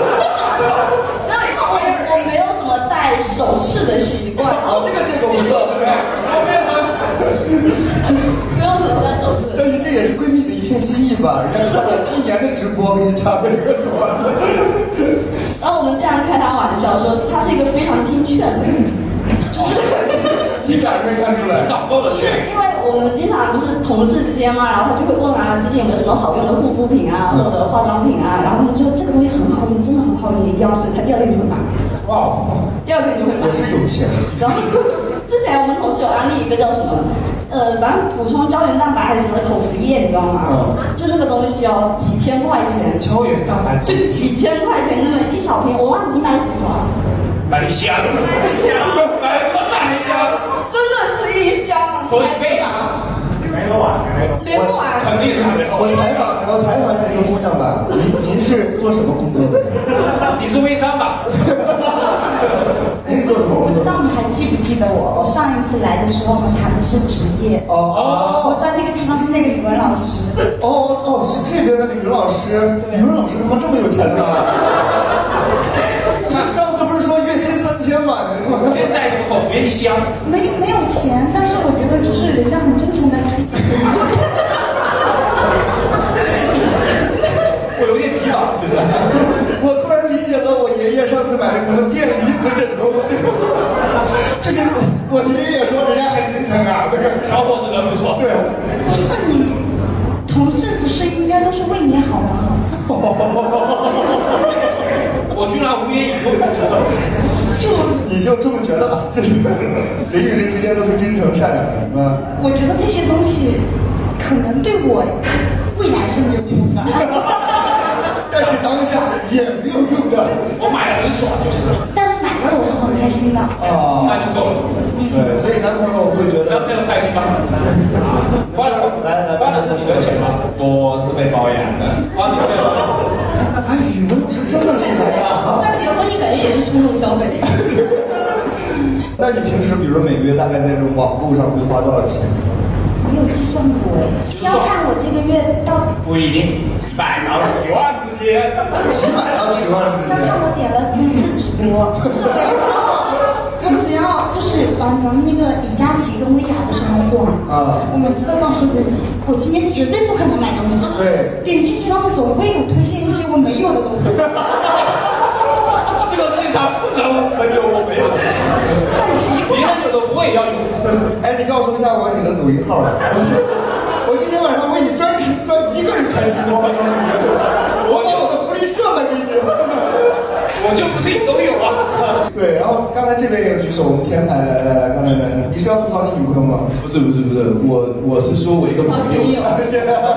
我没有什么戴首饰的习惯。 哦，这个不错，对不对？ 没有什么戴首饰。 但是这也是闺蜜的一片心意吧？人家看了1年的直播，给你抢这个镯子。 然后我们经常开他玩笑说，他是一个非常听劝的人。 你敢没看出来？ 是因为我们经常不是同事之间嘛，然后他就会问啊，最近有没有什么好用的护肤品啊，或者化妆品啊，然后他们说这个东西很好用，真的很好用，你一定要试，他第二天就会买。 哇！ 第二天就会买。 也是有钱。 然后之前我们同事有安利一个叫什么，反正补充胶原蛋白还是什么口服液，你知道吗？就那个东西要几千块钱。 胶原蛋白。 就几千块钱那么一小瓶，我忘了你买了几盒。 买一箱。买一箱。 真的是一箱。 多一倍啊！没有完， 没有完。 肯定是还没有。 我采访这个姑娘吧，您是做什么工作的？ 你是微商吧？ 我不知道你还记不记得我？我上一次来的时候，我们谈的是职业。我在那个地方是那个语文老师。 是这边的语文老师。语文老师他妈这么有钱呢？上次不是说月薪3000吗？ 现在是口服一箱。 没有钱，但是我觉得就是人家很真诚的推荐。 我有点疲劳，现在。 我突然理解了我爷爷上次买的什么电离子枕头，这是我爷爷说人家很真诚啊，这个小伙子人不错。 对。 那你同事不是应该都是为你好吗？ 我居然无言以对。 你就这么觉得吧，就是人与人之间都是真诚善良的， 我觉得这些东西可能对我未来是没有用的， 但是当下也没有用的。 我买了很爽，就是。 但买了我是很开心的。 那就够了。 对，所以男朋友会觉得。 男朋友开心吗？花的是你的钱吗？我是被包养的。花你钱了。 语文老师这么厉害呀！ 那结婚你感觉也是冲动消费的。 那你平时比如说每个月大概在这种网购上会花多少钱？ 没有计算过哎，要看我这个月到。 不一定，100到几万之间。 100到几万之间。 要看我点了几次直播。我只要就是咱们那个李佳琦跟薇娅不是很火嘛？我每次都告诉自己，我今天绝对不可能买东西。 对。 点进去他们总会有推荐一些我没有的东西。 这个世界上不能没有我没有的东西。 很奇怪。 别人有的我也要有。 哎，你告诉一下我你的抖音号。我今天晚上为你专一个人开直播，我把我的福利社来给你。 我就不是你都有啊。 对，然后刚才这边也有举手，我们前排来，刚才你是要吐槽你女朋友吗？ 不是，我是说我一个朋友。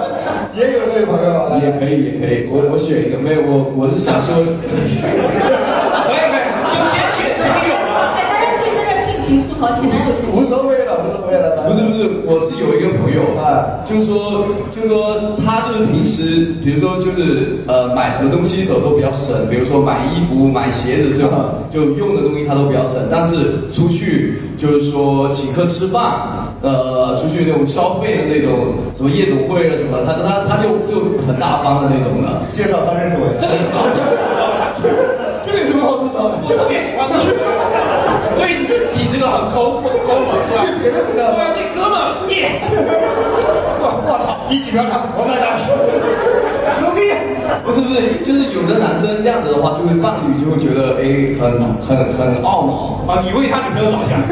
也有这个朋友， 也可以，我选一个，没有我是想说， 可以，就先选前女友嘛。 哎，大家可以在这尽情吐槽前男友前女友。 无所谓了。 不是，我是有一个朋友啊，就是说他就是平时，比如说就是买什么东西的时候都比较省，比如说买衣服、买鞋子这种，就用的东西他都比较省，但是出去就是说请客吃饭，出去那种消费的那种什么夜总会啊什么，他就很大方的那种的。 介绍他认识我，这个什么好吐槽的？ 我特别喜欢这种，对自己这个很抠门是吧？ 别的不知道。 对，那哥们耶！我操，一起嫖娼，我来的，牛逼！ 不是，就是有的男生这样子的话，就会伴侣就会觉得很懊恼啊，你为他女朋友着想。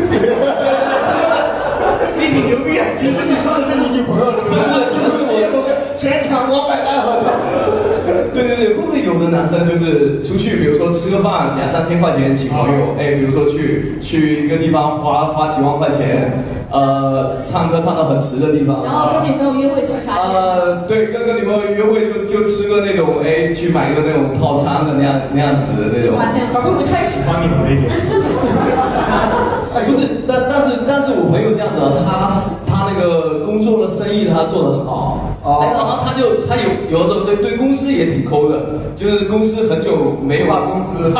你挺牛逼啊！ 其实你说的是你女朋友是不是？不是我全场我买单了。 对，会不会有的男生就是出去，比如说吃个饭2-3千块钱请朋友，比如说去一个地方花几万块钱，唱歌唱到很迟的地方， 然后跟女朋友约会吃啥？ 对，跟女朋友约会就吃个那种去买个那种套餐的那样子的那种。 发现他会不会太喜欢你了一点？ 不是，但是我朋友这样子啊，他那个工作的生意他做得很好，然后他有的时候对公司也挺抠的，就是公司很久没发工资，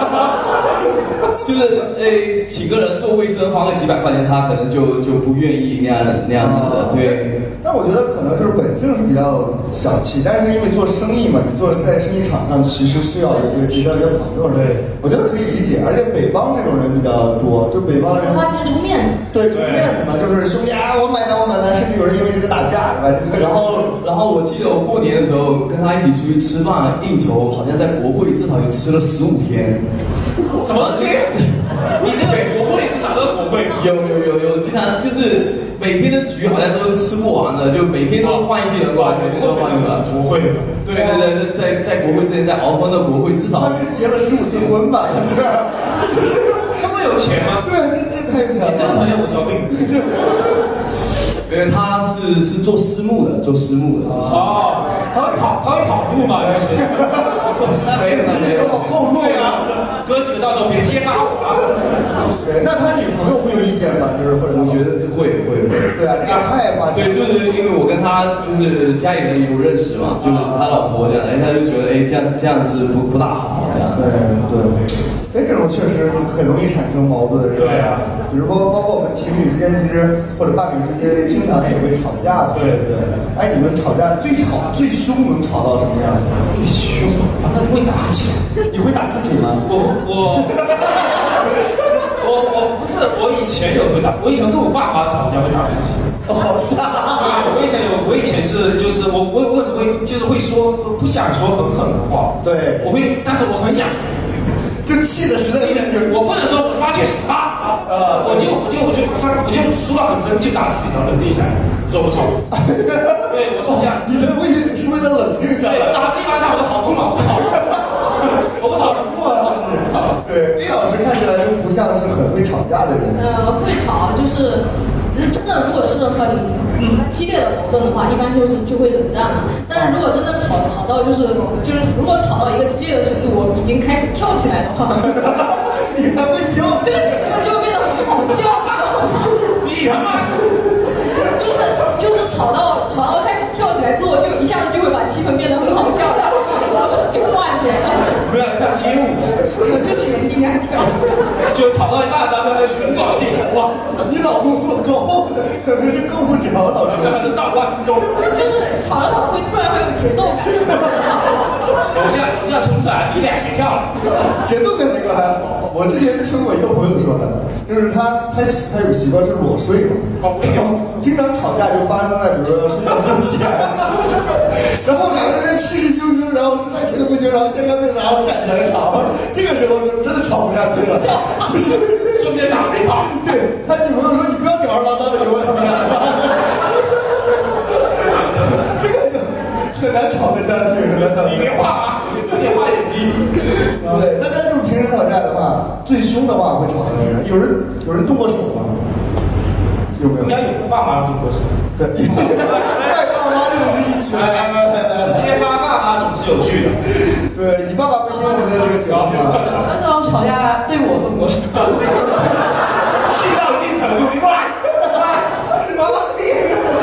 就是请个人做卫生花个几百块钱，他可能就不愿意那样子的，对。 但我觉得可能就是本性是比较小气，但是因为做生意嘛，你做在生意场上其实是要有结交一些朋友的，对，我觉得可以理解，而且北方这种人比较多，就北方人花钱充面子， 对，充面子嘛，就是兄弟啊，我买单，甚至有人因为这个打架，是吧？ 然后我记得我过年的时候跟他一起出去吃饭应酬，好像在国会至少也吃了15天。 什么天？你这美国会是哪个国会？ 有，经常就是每天的局好像都吃不完的，就每天都换一批人过来，每天都换一个国会。 对，在国会之前，在熬婚的国会至少。 他是结了15次婚吧？就是这么有钱吗？ 对，这太有钱了。 这个朋友我交给你。 因为他是做私募的。 哦，他会跑步嘛？ 没有后路啊，哥几个到时候别揭发我啊。 对，那他女朋友会有意见吗？就是或者我觉得会。 对啊，这个太花钱。 对，就是因为我跟他就是家里人有认识嘛，就是他老婆这样，他就觉得这样是不大好这样。 对，所以这种确实很容易产生矛盾，是吧？ 对啊， 比如说包括我们情侣之间，其实或者伴侣之间，经常也会吵架的。对。哎，你们吵架最凶能吵到什么样？ 最凶，那会打起来。 你会打自己吗？ 我不是，我以前有会打，我以前跟我爸爸吵架会打自己。 好傻。 对，我以前就是我为什么会说不想说很狠的话？ 对， 我会，但是我很想说。 就气的实在不行， 我不能说我妈去死吧，我就输了很生气，打自己，然后冷静下来，说不吵。对，我是这样。 你的为是为了冷静下来。 打自己巴掌，我就好痛啊！我不吵。 对，A 老师看起来就不像是很会吵架的人。 会吵，就是真的，如果是很激烈的矛盾的话，一般就会冷战了。但是如果真的吵到就是如果吵到一个激烈的程度，我已经开始跳起来的话， 你还会跳？ 这个气氛就会变得很好笑。 你他妈！ 就是吵到开始跳起来之后，就一下子就会把气氛变得很好笑，然后就化解了。 不要街舞， 就是原地那样跳。 就吵到一半，咱们在寻找自己哇， 你脑洞多高，可能是够不着脑洞， 还是大话听众。 就是吵着会突然会有节奏感。 楼下冲出来，你俩别跳了。 节奏感这个还好，我之前听过一个朋友说的，就是他有个习惯是裸睡嘛，然后经常吵架就发生在比如说睡觉之前，然后两个人气势汹汹，然后实在气得不行，然后掀开被子然后站起来吵，这个时候就真的吵不下去了，就是顺便打一炮。 对他女朋友说你不要吊儿郎当的给我吵架，这个就很难吵得下去， 你别画啊，你画眼睛。 对，大家就是平时吵架的话，最凶的话会吵到什么样？有人动过手吗？有没有？ 应该有，爸妈动过手。 对，带爸妈就是一群。 揭发爸爸总是有趣的。 对你爸爸会听我们的这个节目吗？ 那时候吵架对我动过手， 气到一定程度，你过来，妈妈逼！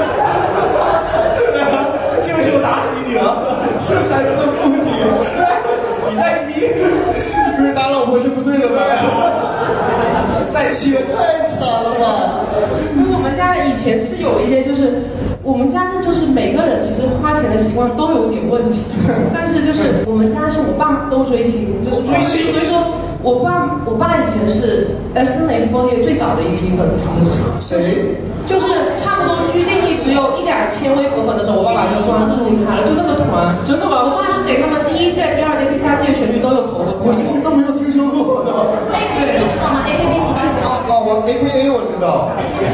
信不信我打死你女儿？ 是孩子的目的。 你在逼， 因为打老婆是不对的吧？再气也太惨了吧！ 我们家以前是有一些，就是我们家是就是每个人其实花钱的习惯都有点问题，但是就是我们家是我爸都追星，就是追星，所以说我爸以前是 SNF48 最早的一批粉丝。 谁？ 就是差不多鞠婧祎只有1.0千微博粉的时候，我爸爸就关注他了，就那个团。真的吗？我爸是给他们第1届、第2届、第3届全剧都有投的。 我甚至都没有听说过的。 AKB 你知道吗 ？AKB48知道吗？ 哦，我 AKA 我知道。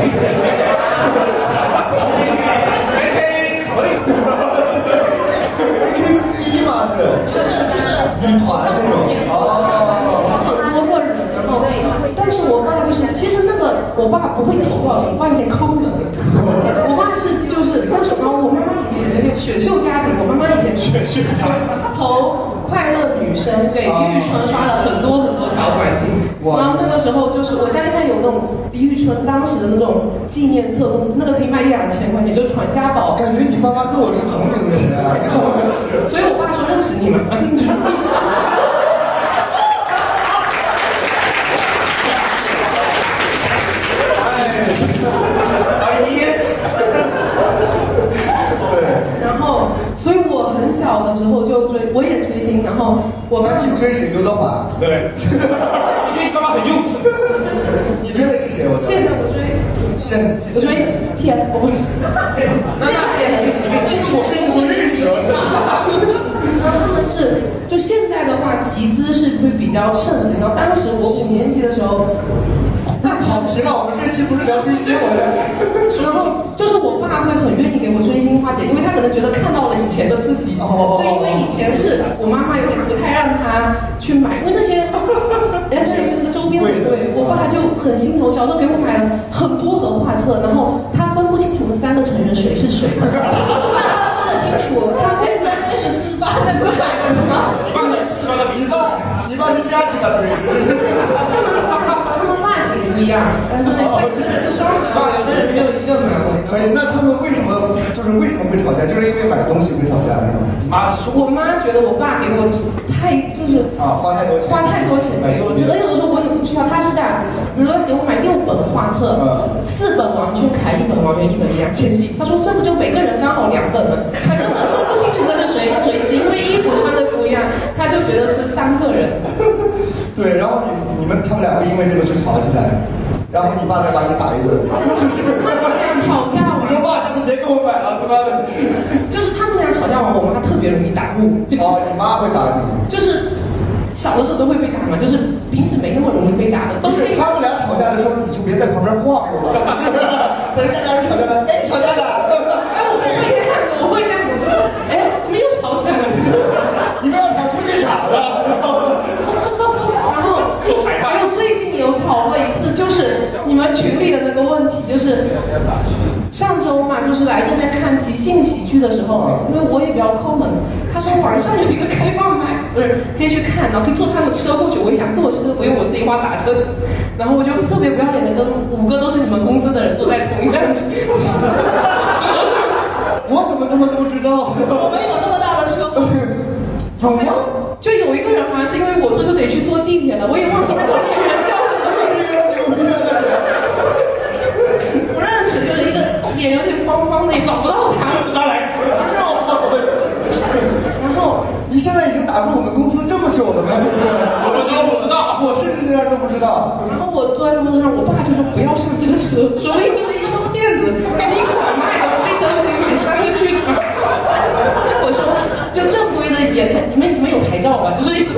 AKA 可以。 AKB 嘛是。 就是女团那种。 多个人，然后但是我爸就是，其实那个我爸不会投多少钱，我爸有点抠门。我爸是就是那种，然后我妈妈以前那个选秀家庭，我妈妈以前选秀家庭投快乐女生给李宇春刷了很多条短信，然后那个时候就是我家里面有那种李宇春当时的那种纪念册，那个可以卖1-2千块钱，就传家宝。 感觉你妈妈跟我是同龄人啊， 所以我爸说认识你吗？然后，所以我很小的时候就追，我也追星，然后我那你追谁？刘德华？ 对。我觉得你爸爸很幼稚。 你追的是谁？我现在我追TFBOYS。那些我认识。 他们是就现在的话，集资是会比较盛行。然后当时我5年级的时候。 好题了，我们这期不是聊追星， 然后就是我爸会很愿意给我追星花钱，因为他可能觉得看到了以前的自己。对，因为以前是我妈妈有点不太让他去买，因为那些这个周边，对我爸就很心疼，小时候给我买了很多盒画册，然后他分不清楚那3个成员谁是谁。 那他分得清楚，他跟3S48那个是吗？ 你爸是瞎鸡巴追。 他们发型不一样，但是那双有的人只有1个嘛。 可以，那他们为什么会吵架？就是因为买东西会吵架是吗？ 我妈觉得我爸给我花太多钱， 给我，而且有的时候我也不知道，他是这样，比如说给我买6本画册，4本完全凯，1本完全1本1样千玺。他说这不就每个人刚好2本吗？他根本分不清楚那是谁，因为衣服穿的不一样，他就觉得是3个人。 对，然后他们2个因为这个去吵起来，然后你爸再把你打一顿，就是吵架。 你说爸，下次别给我买了，他妈的。 就是他们俩吵架完，我妈特别容易打我。 哦，你妈会打你？ 就是小的时候都会被打嘛，就是平时没那么容易被打的。 不是他们俩吵架的时候，你就别在旁边晃悠了，是不是？人家俩人吵架了，哎，吵架了。 我会这样子，哎，我们又吵起来了。 你们要吵出去吵了。 还有最近有吵过一次，就是你们群里的那个问题，就是上周嘛，就是来这边看即兴喜剧的时候，因为我也比较抠门，他说晚上有一个开放麦，不是可以去看，然后可以坐他们车过去，我一想坐车不用我自己花打车，然后我就特别不要脸的跟5个都是你们公司的人坐在同一辆车。 我怎么他妈都知道？ 我们有那么大的车吗？ 有吗？ 就有一个人好像是因为我这就得去坐地铁了，我也忘记那个人叫什么名字。不认识，就是一个脸有点方方的，也找不到他。 他来。 然后你现在已经打入我们公司这么久了吗？ 我不知道， 我甚至这样都不知道。 然后我坐在车上，我爸就说不要上这个车，说不定就是一个骗子，给你1款卖的，这车可以买3个去场。我说就正规的也，你们有牌照吧？就是一个。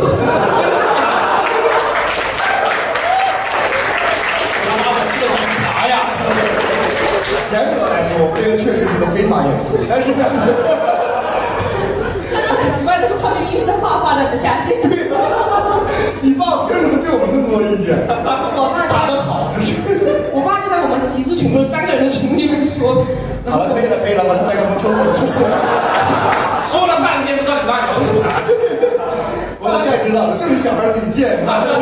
啥呀？ 严格来说，这个确实是个非法演出，但是。 很奇怪的是，他明明是画画的瞎写。 你爸凭什么对我们那么多意见？ 我爸打得好，这是。 我爸就在我们集资群，不是3个人的群里面说， 好了，可以了，把这麦克风抽走，谢谢。 说了半天不知道你妈搞什么。 我大概知道了，就是小孩自己贱。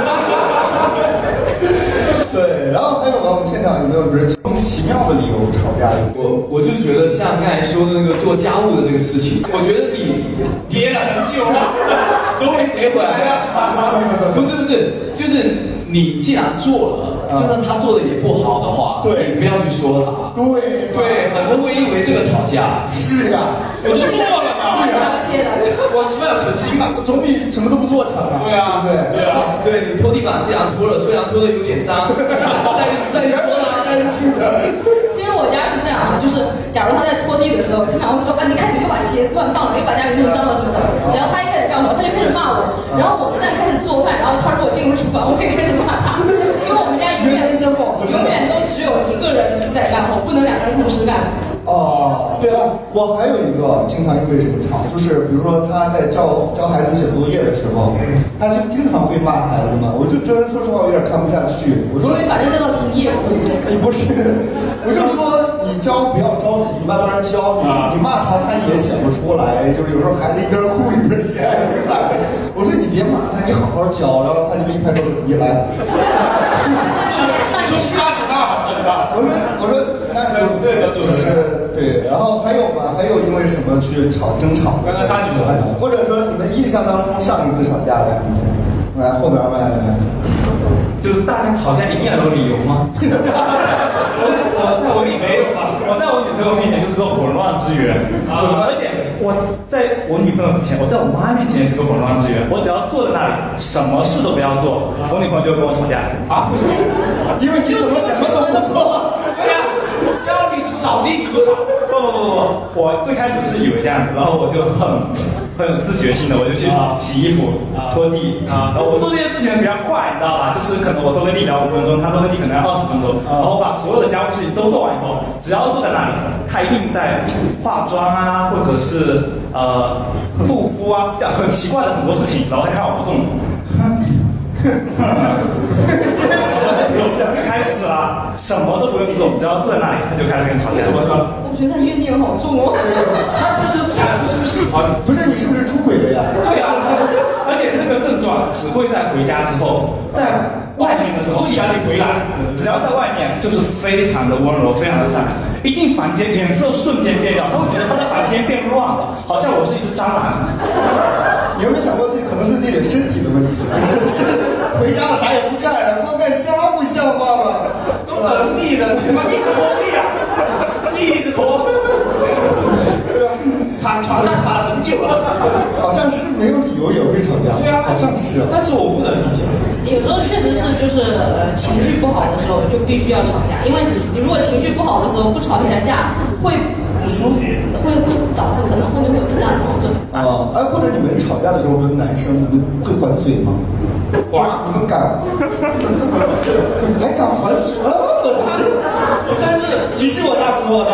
对，然后还有我们现场有没有比如莫名其妙的理由吵架？ 我就觉得像刚才说的那个做家务的这个事情，我觉得你憋了很久了，终于憋回来了。 不是，就是你既然做了，就算他做的也不好的话， 对， 你不要去说他。对，很多会因为这个吵架。 是呀， 我就说了嘛，我起码要澄清嘛， 总比什么都不做强啊。 对，你拖地板既然拖了，虽然拖的有点脏，再说他干净的。 因为我家是这样啊，就是假如他在拖地的时候，经常会说，你看你又把鞋子乱放了，又把家里弄脏了什么的。只要他一开始干活，他就开始骂我。然后我一旦开始做饭，然后他如果进入厨房，我也开始骂他。因为我们家永远都只有一个人在干活，不能两个人同时干。 哦，对啊，我还有一个经常因为什么吵，就是比如说他在教孩子写作业的时候，他就经常会骂孩子嘛，我就觉得说实话我有点看不下去。我说反正这道题你也不会做。 不是，我就说你教不要着急，慢慢教。你骂他也写不出来，就是有时候孩子一边哭一边写，挺惨的。我说你别骂他，你好好教，然后他就一拍手你来。 那你需要知道。 我说那就是对，然后还有吗？还有因为什么去争吵？ 刚刚他说， 或者说你们印象当中上一次吵架的，来后边来。 就是大家吵架一定要有理由吗？我在我女朋友面前就是个混乱之源而且我在我女朋友之前，我在我妈面前也是个混乱之源。我只要坐在那里，什么事都不要做，我女朋友就会跟我吵架啊！ 因为你怎么什么都不做？ 对呀，教你扫地你不扫。 不，我最开始是以为这样子，然后我就很有自觉性的，我就去洗衣服、拖地然后我做这件事情比较快，你知道吧？就是可能我拖个地只要5分钟，他拖个地可能要20分钟，然后我把所有的家务事情都做完以后，只要坐在那里，他一定在化妆啊，或者是护肤啊，这样很奇怪的很多事情，然后他看我不动。开始了，什么都不用做，只要坐在那里，他就开始跟你吵架。 我觉得他怨念好重哦。 他是不是不想，不是不喜欢？ 不是你是不是出轨了呀？ 对啊， 而且这个症状只会在回家之后，在外面的时候家里回来，只要在外面就是非常的温柔，非常的善良。一进房间，脸色瞬间变掉，他会觉得他的房间变乱了，好像我是一只蟑螂。 你有没有想过自己可能是自己的身体的问题？回家了啥也不干，光干家务像话吗？ 都能力的，你他妈一直拖地啊，一直拖。躺床上躺了很久了， 好像是没有理由也会吵架。 对啊， 好像是啊。 但是我不能理解。 有时候确实是就是情绪不好的时候就必须要吵架，因为你如果情绪不好的时候不吵一下架会不舒服，会导致可能后面会有更大的矛盾。 或者你们吵架的时候，跟男生你们会还嘴吗？你们敢？还敢还嘴？但是只是我大哥，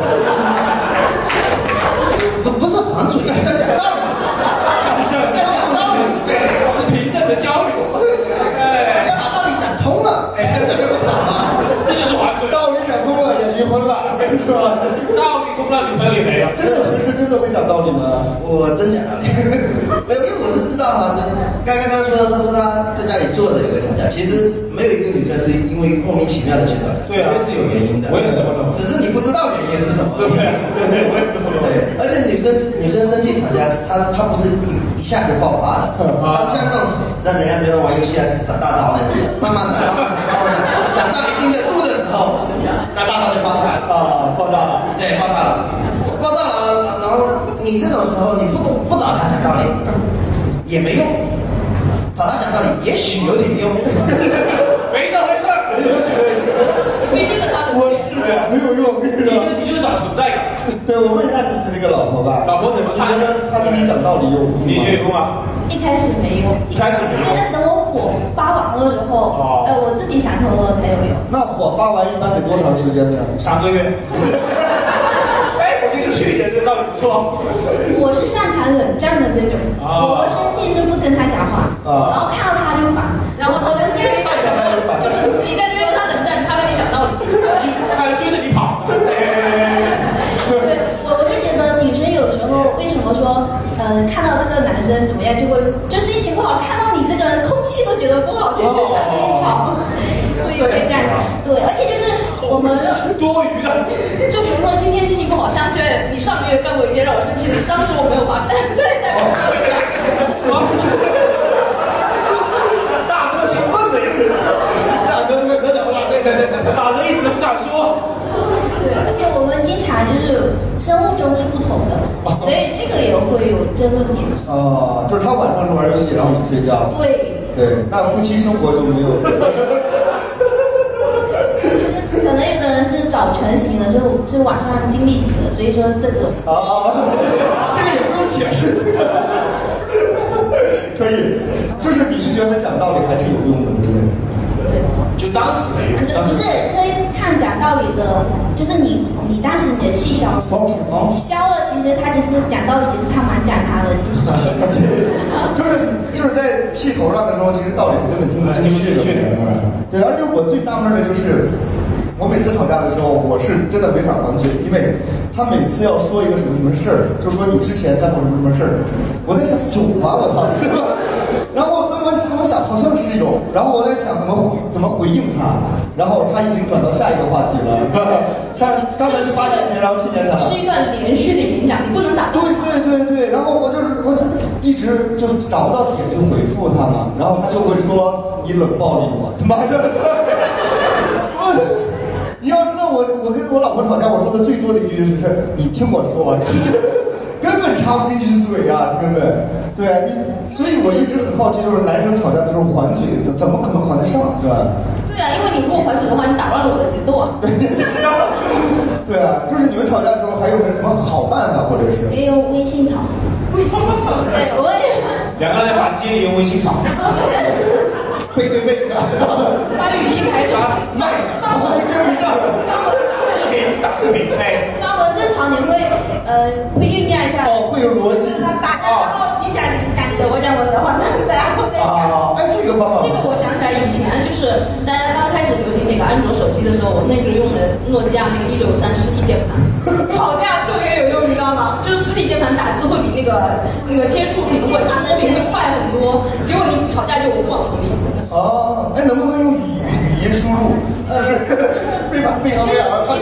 不是还嘴，要讲道理，讲道理， 对，是平等的交流， 对，要把道理讲通了，这就不吵了， 这就是还嘴。 道理讲通了也离婚了，我跟你说， 道理通了，女朋友也没了。 真的是真的会讲道理吗？ 我真讲道理，没有，因为我是知道哈，刚说是他在家里坐着有个吵架，其实没有一个女生是因为莫名其妙的去吵架， 对啊， 是有原因的， 我也这么认为， 只是你不知道原因是什么， 对不对？对，我也这么认为。 对，而且女生生气吵架，她不是一下就爆发的，她像那种让人家别人玩游戏啊，长大招那种，慢慢长到一定的度的时候，那大招就发出来了， 爆炸了， 对，爆炸了，然后你这种时候你不找他讲道理也没用，找他讲道理也许有点用， 没这回事。 必须得他我是没有用， 你就是找存在感。 对，我问一下你的那个老婆吧， 老婆怎么看？ 你觉得她跟你讲道理有用吗？ 你觉得有吗？ 一开始没有， 一开始没有。 但等我火发完了之后，我自己想通了才有用。 那火发完一般得多长时间呢 ？3个月。我觉得学一点这个道理不错。 我是擅长冷战的这种，我生气是不跟他讲话，然后看到他就烦，然后我就追他，就是你在追着他冷战，他跟你讲道理， 他追着你跑。 看到这个男生怎么样，就会就心情不好，看到你这个人，空气都觉得不好，就是想跟你吵，所以会这样。对，而且就是我们多余的。 就比如说今天心情不好，想起来你上个月干过一件让我生气的事，当时我没有发现，所以才大哥兴奋的样子， 大哥这个可讲话，对， 大哥一直不敢说。 对，而且我们经常就是生物钟是不同的，所以这个也会有争论点。 就是他晚上是玩游戏，然后你睡觉。对，那夫妻生活就没有。 可能有的人是早晨型的，是晚上精力型的，所以说这个。 这个也不用解释。可以，就是你是觉得讲道理还是有用的，对不对？ 就当时的用。 不是，可以看讲道理的，就是你当时你的气消了，其实他讲道理，其实他蛮讲他的，其实就是在气头上的时候，其实道理是根本听不进去的。对，而且我最纳闷的就是，我每次吵架的时候，我是真的没法还嘴，因为他每次要说一个什么事儿，就说你之前干过什么事儿，我在想有吗？我操！然后我想好像是有，然后我在想怎么回应他，然后他已经转到下一个话题了。刚才是8年前，然后7年前了。 是一段连续的影响，你不能打断。 对，然后我一直就是找不到点就回复他嘛，然后他就会说你冷暴力我，他妈的！你要知道我跟我老婆吵架，我说的最多的一句是你听我说吧，根本插不进去嘴啊，根本。对啊，所以我一直很好奇，就是男生吵架的时候还嘴，怎么可能还得上，是吧？ 对啊，因为你如果还嘴的话，你打乱了我的节奏啊。 对啊，就是你们吵架的时候还有没有什么好办法，或者是？ 也有微信吵。 微信吵？ 对，我也。 两个人房间里用微信吵。 背。 把语音开始。 慢，跟不上。 打视频， 那文字吵你会酝酿一下。 会有逻辑。 打然后你想讲你的，我讲我的话，然后再讲。 这个方法。 这个我想起来，以前就是大家刚开始流行那个安卓手机的时候，我那时候用的诺基亚那个163实体键盘，吵架特别有用，你知道吗？就是实体键盘打字会比那个接触屏会触摸屏会快很多，结果你吵架就无往不利，真的。 能不能用语音输入？就是背行背两个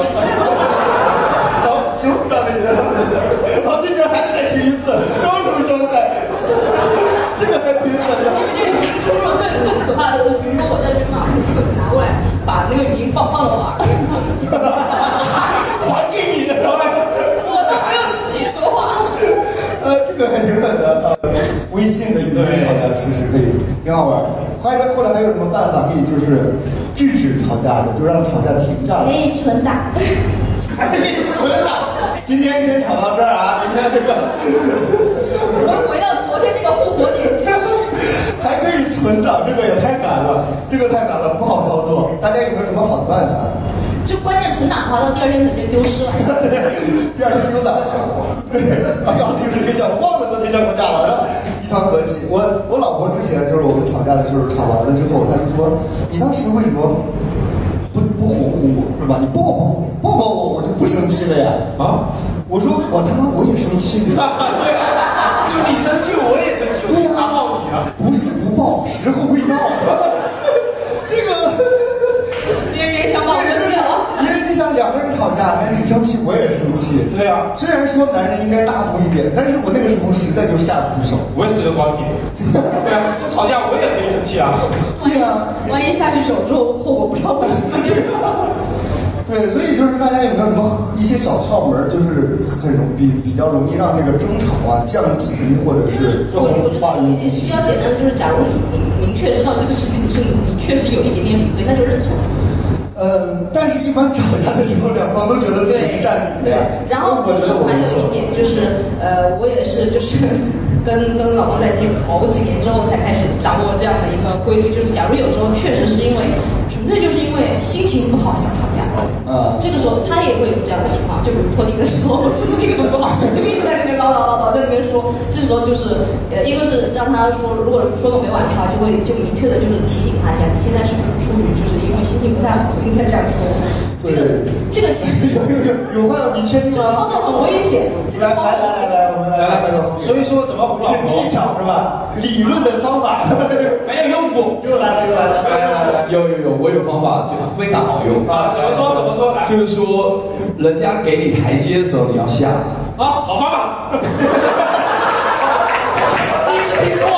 好，就上那个，好，今天还得再听一次，双重伤害，这个还挺狠的。 语音输入更可怕的是，比如说我在这骂，你拿过来，把那个语音放到我耳边， 还给你的， 我都没有自己说话。 这个还挺狠的。微信的语音吵架其实可以挺好玩。或者还有什么办法可以就是制止吵架的，就让吵架停下来？ 可以存档。 还可以存档。今天先吵到这儿啊！你看这个。 我回到昨天这个复活点。 还可以存档，这个也太难了，不好操作。大家有没有什么好的办法？ 就关键存档的话，到第2天可能就丢失了。 第2天丢档。对，丢失想忘了都没叫过架了，一团和气。我老婆之前就是我们吵架的时候，吵完了之后，她就说：“你当时为什么不哄我是吧？你抱我，我就不生气了呀。”我说我他妈我也生气了。 对啊，就你生气我也生气，我他抱你啊。 不是不抱，时候未到。这个。 别想把我生气了。 因为你想2个人吵架，男生生气我也生气。 对啊， 虽然说男人应该大度一点，但是我那个时候实在就下不去手。 我也是个观点。对啊，吵架我也可以生气啊。 对啊， 万一下去手之后后果不知道会什么。 对，所以就是大家有没有什么一些小窍门，就是比较容易让这个争吵啊降级，或者是话语需要简单的就是，假如你明确知道这个事情是你确实有一点点理亏，那就认错。 但是一般吵架的时候，两方都觉得自己是占理的。 然后我觉得还有一点就是，我也是就是跟老公在一起好几年之后才开始掌握这样的一个规律，就是假如有时候确实是因为纯粹就是因为心情不好想吵架，这个时候他也会有这样的情况，就比如拖地的时候心情很不好，就一直在那边叨在那边说，这时候就是一个是让他说，如果说个没完的话，就明确的就是提醒他一下，你现在是不是出于就是因为心情不太好，所以才这样说。这个其实有话你确定吗？ 这个操作很危险。 来，我们来所以说怎么哄老婆？ 是技巧是吧？理论的方法没有用过。 又来了， 有，我有方法，就非常好用啊！怎么说？来， 就是说，人家给你台阶的时候，你要下。 啊，好方法。第一次听说，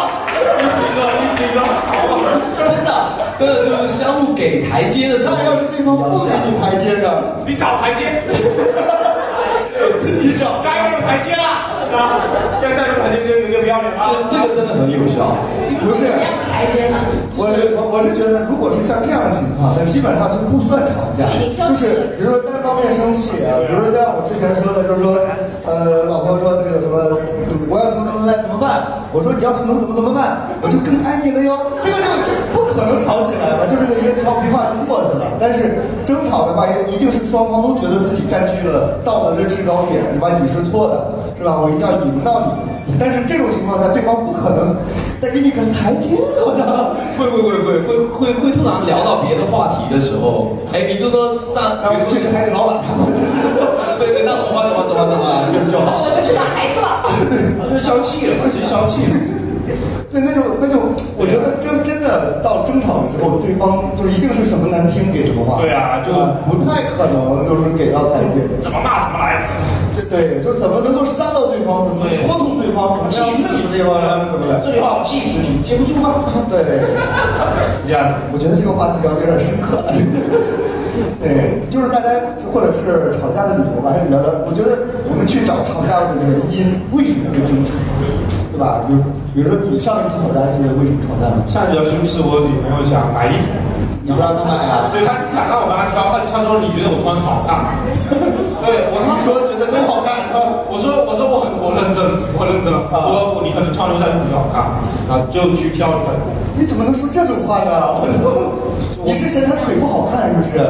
真的就是相互给台阶的时候， 那要是对方不给你台阶的， 你找台阶。 自己找， 该有台阶了，啊，再有台阶就有点不要脸啊！ 这个真的很有效。 不是台阶呢？ 我是觉得，如果是像这样的情况，那基本上就不算吵架，就是比如说单方面生气啊，比如说像我之前说的，就是说，老婆说这个什么，我要怎么办？我说你要是能怎么办，我就更爱你了哟。这个就不可能吵起来嘛，就是一个俏皮话就过去了。但是争吵的话，一定是双方都觉得自己占据了道德的制高点，是吧？你是错的，是吧？我一定要赢到你。但是这种情况下，对方不可能再给你个台阶了。 会突然聊到别的话题的时候，哎，你就说上， 这是海底捞吧？ 对，那怎么就好。 我们去打孩子了。 就是消气了，直接消气了。 对，那就，我觉得真的到争吵的时候，对方就一定是什么难听给什么话。 对啊，就不太可能就是给到台阶。 怎么骂怎么来。 对，就怎么能够伤到对方，怎么戳痛对方，怎么样刺死对方，怎么的？ 这句话我气死你，接不住吗？ 对， 这样， 我觉得这个话题聊得有点深刻。对，就是大家或者是吵架的理由吧，还是聊聊。我觉得我们去找吵架的原因，为什么会争吵，对吧？比如说你上一次吵架记得为什么吵架吗？ 上一次是我女朋友想买衣服， 你不让她买啊？ 对，她想让我帮她挑，她说你觉得我穿好看？对，我说觉得真好看。 我说我认真，我认真。我说你可能穿牛仔裤比较好看，然后就去挑牛仔裤。 你怎么能说这种话呢？你是嫌他腿不好看是不是？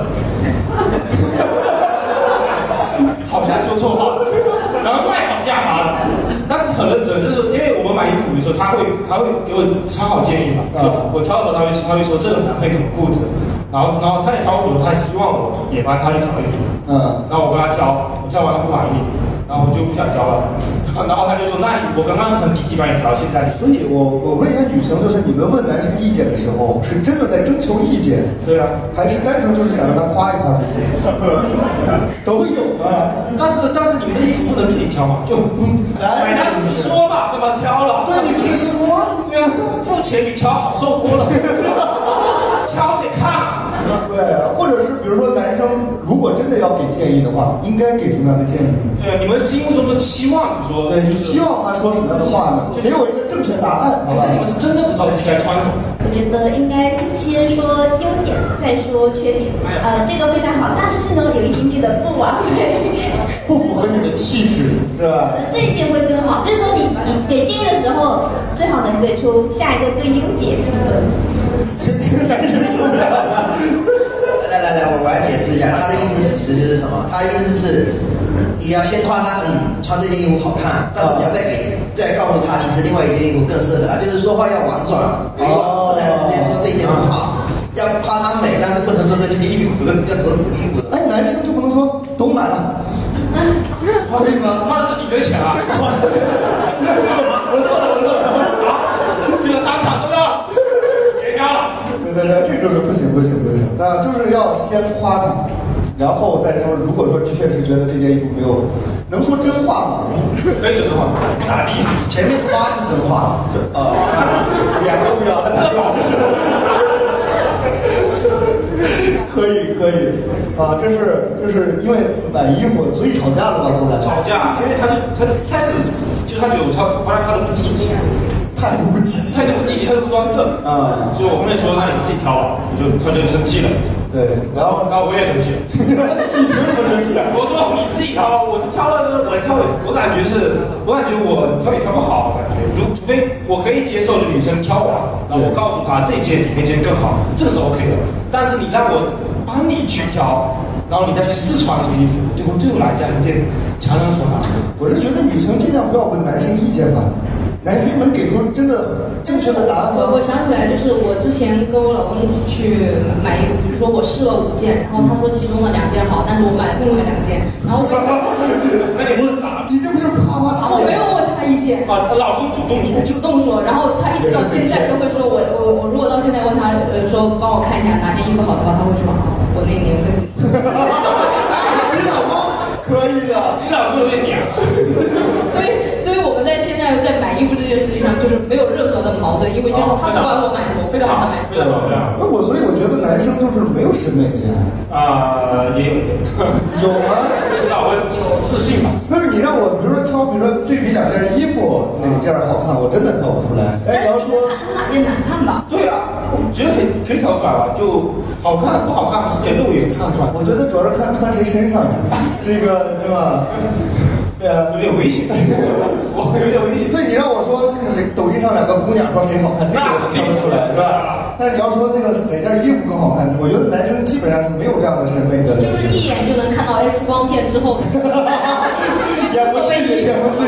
好像说错话，然后怪吵架嘛。但是很认真，就是因为我们买衣服的时候，他会给我参考建议嘛。我挑的时候他会说这个配什么裤子，然后他也挑的时候，他希望我也帮他去挑衣服。然后我帮他挑，我挑完他不满意，然后我就不想挑了。然后他就说那我刚刚很积极帮你挑，现在。所以我问一下女生，就是你们问男生意见的时候，是真的在征求意见？ 对啊。还是单纯就是想让他夸一夸自己？都有啊。 但是你们的衣服不能自己挑嘛，就买单直说嘛，干嘛挑了？ 对，你直说。 对啊，付钱比挑好受多了。挑得看。 对，或者是比如说男生如果真的要给建议的话，应该给什么样的建议？ 对，你们心目中的期望，你说。 对，你期望他说什么样的话呢？给我一个正确答案，好吧？ 你们是真的不知道自己该穿什么。 我觉得应该先说优点，再说缺点。这个非常好，但是呢，有一点点的不完美， 不符合你的气质，是吧？ 这一点会更好，就是说你给建议的时候，最好能给出下一个最优解。 来，我来解释一下，他的意思其实就是什么？他的意思是，你要先夸他，穿这件衣服好看，但是你要再告诉他，其实另外一件衣服更适合他，就是说话要婉转，不能直接说这件不好，要夸他美，但是不能说这件衣服的，要说衣服的。 哎，男生就不能说都买了，可以吗？ 花的是你的钱啊！ 我错了。 这个商场都要别挑了。 对，这就是不行，那就是要先夸他，然后再说，如果说确实觉得这件衣服没有，能说真话吗？ 可以说真话，不咋地。 前面夸是真话， 两个不要，可以啊，这是因为买衣服所以吵架了吗？后来吵架，因为他开始就他有吵，后来他都不积极。 态度不积极， 他就不端正啊！所以我后面说，那你自己挑吧，他就生气了。 对，然后我也生气了。 你为什么生气啊？ 我说你自己挑，我挑了，我感觉我挑也挑不好，感觉除非我可以接受女生挑完，然后我告诉她这件比那件更好，这个是 OK 的。但是你让我帮你去挑，然后你再去试穿这个衣服，对我来讲有点强人所难。 我是觉得女生尽量不要问男生意见吧。男生能给出真的正确的答案吗？ 我想起来，就是我之前跟我老公一起去买衣服，比如说我试了5件，然后他说其中的2件好，但是我买了另外2件，然后那你是啥？ 你这不是啪啪打我我没有问他意见。 老公主动说。 主动说，然后他一直到现在都会说，我如果到现在问他说帮我看一下哪件衣服好的话，他会说我那年跟你。 你老公可以的， 你老公有点娘。 所以我们在现在在买衣服这件事情上，就是没有任何的矛盾，因为就是他不管我买什么，我非常好买。 非常好。 所以我觉得男生就是没有审美的呀。 也有吗？ 不知道，我有自信吧。 就是你让我，比如说对比两件衣服，哪件好看，我真的挑不出来。你要说哪件难看吧？ 对啊，我觉得可以挑出来吧，就好看不好看，不是可以肉眼看出来。 我觉得主要是看穿谁身上，这个对吧？对啊， 有点危险，我有点危险。 对，你让我说抖音上两个姑娘说谁好看，这个挑不出来，是吧？但是你要说这个哪件衣服更好看，我觉得男生基本上是没有这样的审美的。 就是一眼就能看到 X 光片之后的。 也不至于。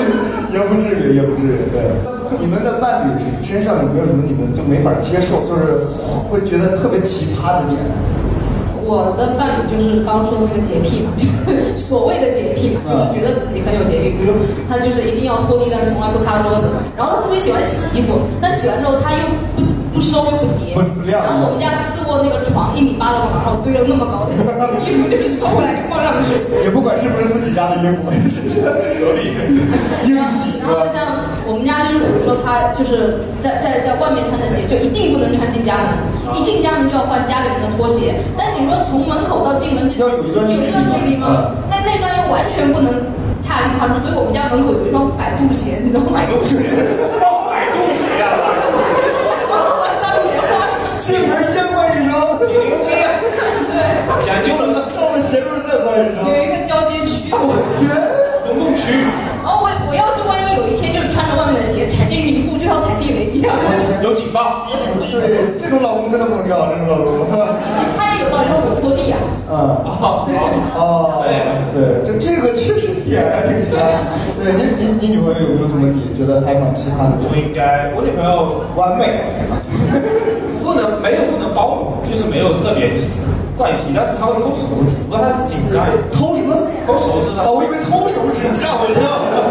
对，你们的伴侣身上有没有什么你们就没法接受，就是会觉得特别奇葩的点？ 我的伴侣就是刚刚说的那个洁癖嘛，所谓的洁癖嘛，就是觉得自己很有洁癖。比如他就是一定要拖地，但是从来不擦桌子。然后他特别喜欢洗衣服，但洗完之后他又不收又不叠。然后我们家次卧那个床1.8米的床上堆了那么高的衣服，就是拖回来就放上去。 也不管是不是自己家的衣服，硬洗。 然后像我们家就是比如说他就是在外面穿的鞋就一定不能穿进家门，一进家门就要换家里面的拖鞋。但你说从门口到进门要有一段距离吗？那段又完全不能踏进踏出，所以我们家门口有一双摆渡鞋，你知道吗？ 摆渡鞋啊！ 进门先换一双， 你牛逼啊！对，讲究了， 到了鞋柜再换一双。 有一个交接区， 我天， 公共区域。 然后我要是万一有一天就是穿着外面的鞋踩进去一步就要踩地雷一样， 有警报。 对，这种老公真的不能要，这种老公。 他也有道理，我拖地啊。 对，这个确实点还挺奇葩。对，你女朋友有没有什么你觉得还蛮奇葩的点？ 我女朋友完美， 不能包容，就是没有特别怪癖，但是她会抠手指，不知道她是紧张。 抠什么？ 抠手指的。 我以为抠手指，吓我一跳。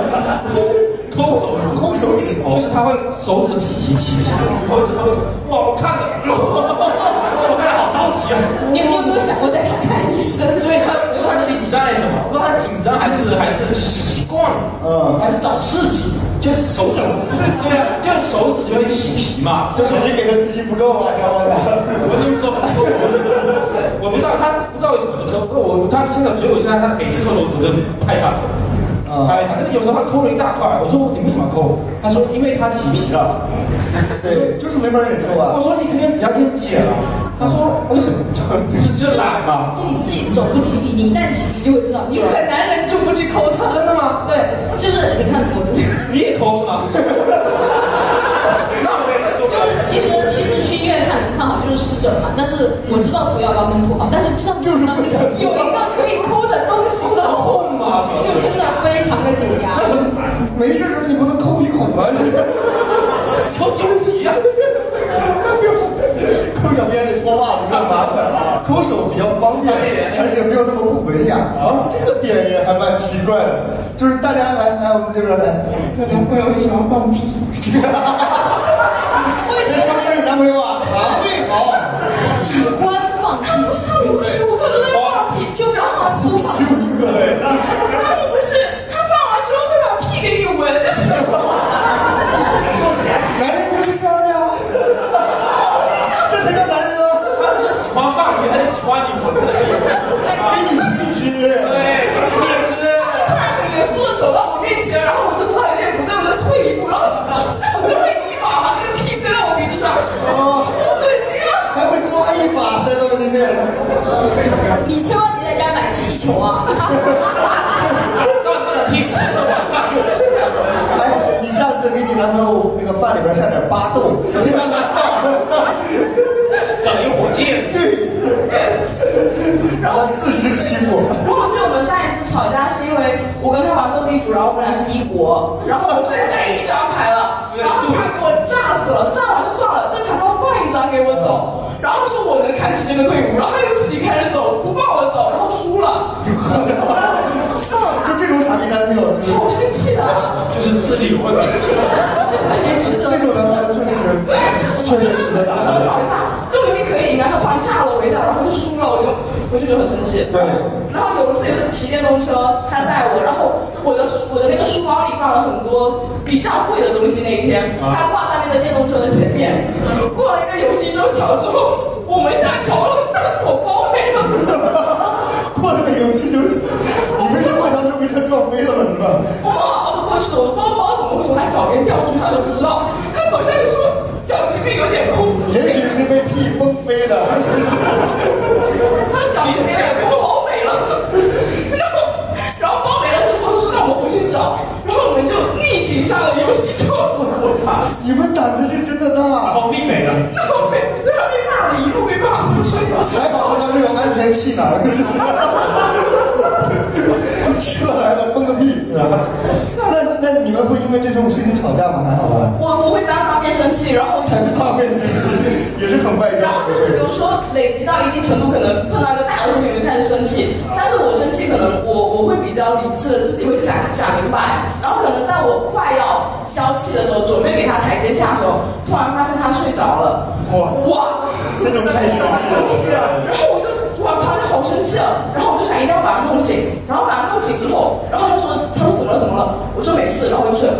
抠手指头， 就是他会手指皮起，手指头，哇，我看着好着急啊！ 你有没有想过带他看医生？ 对，他紧张还是什么？不知道他紧张还是习惯了，还是找刺激，就是手指刺激，就是手指就会起皮嘛， 就手机给的刺激不够啊，知道吗？ 我就说，我不知道他不知道为什么抠，他现在，所以我现在他每次抠手指就拍他。反正有时候他抠了一大块，我说你为什么抠？他说因为他起皮了。 对，就是没法忍受啊。 我说你肯定指甲贴解了。他说为什么？就是懒嘛。 你自己手不起皮，你一旦起皮就会知道，你很难忍住不去抠它。 真的吗？ 对，就是你看我的这个。 你也抠是吗？ 其实去医院看好就是湿疹嘛，但是我知道涂药要跟涂好，但是知道就是有一个可以抠的东西， 痛嘛， 就真的非常的解压。 没事的时候你不能抠鼻孔啊， 抠脚皮啊， 抠脚皮还得脱袜子更麻烦，抠手比较方便，而且没有那么不文雅啊，这个点也还蛮奇怪的，就是大家来我们这边来， 我男朋友喜欢放屁。 这说明你男朋友啊肠胃好， 喜欢放屁，我放屁就让他舒服。 对， 那不是他放完之后会把屁给你闻，这是。 男人就是这样的呀，这才叫男人啊！ 喜欢放屁，还喜欢你闻这个屁， 给你屁吃， 对，给你屁吃。 他很严肃的走到我面前，然后我就知道有点不对，我就退一步，然后就会一把把那个屁塞到我鼻子上，好恶心啊！ 还会抓一把塞到里面。 你千万别在家买气球啊！ 哎，你下次给你男朋友那个饭里边下点巴豆，你让他放， 整一火箭， 对，然后自食其果。 我记得我们上一次吵架是因为我跟他玩斗地主，然后我们俩是一国，然后我剩下一张牌了，然后他给我炸死了，炸完就算了，正常他换一张给我走，然后说我能看起这个队伍，然后他就自己开始走，不放我走，然后输了。 就这种傻逼男来没有？ 好生气的， 就是吃离婚了。 这种的话确实值得打的。 就明明可以赢，然后突然炸了我一下，然后就输了，我就觉得很生气。 对。 然后有一次骑电动车，他带我，然后我的那个书包里放了很多比较贵的东西。那一天，他挂在那个电动车的前面，过了一个游戏州桥之后，我们下桥了，但是我包没了。 过了个游戏州桥，你们是过桥就被车撞飞了是吧？ 我们好好的过去了，我的包包怎么会从他脚边掉出来都不知道。他走下去说脚前面有点空， 也许是被屁崩飞的， 他脚前面有点空，包没了。然后包没了之后，他说让我们回去找，然后我们就逆行上了游戏州。 我操！你们胆子是真的大。 包命没了。 然后被骂了，一路被骂回去了。 还好他没有安全气囊，车来了崩个屁，是吧？那你们会因为这种事情吵架吗？还好吧？ 我会单方面生气，然后单方面生气也是很外交。 然后就是比如说累积到一定程度，可能碰到一个大的事情就开始生气，但是我生气可能我会比较理智的，自己会想明白，然后可能在我快要消气的时候，准备给他台阶下的时候，突然发现他睡着了。哇， 这种太生气了。 然后我就哇，突然好生气了，然后我就想一定要把他弄醒，然后把他弄醒之后，然后他说怎么了？我说没事，然后就睡了。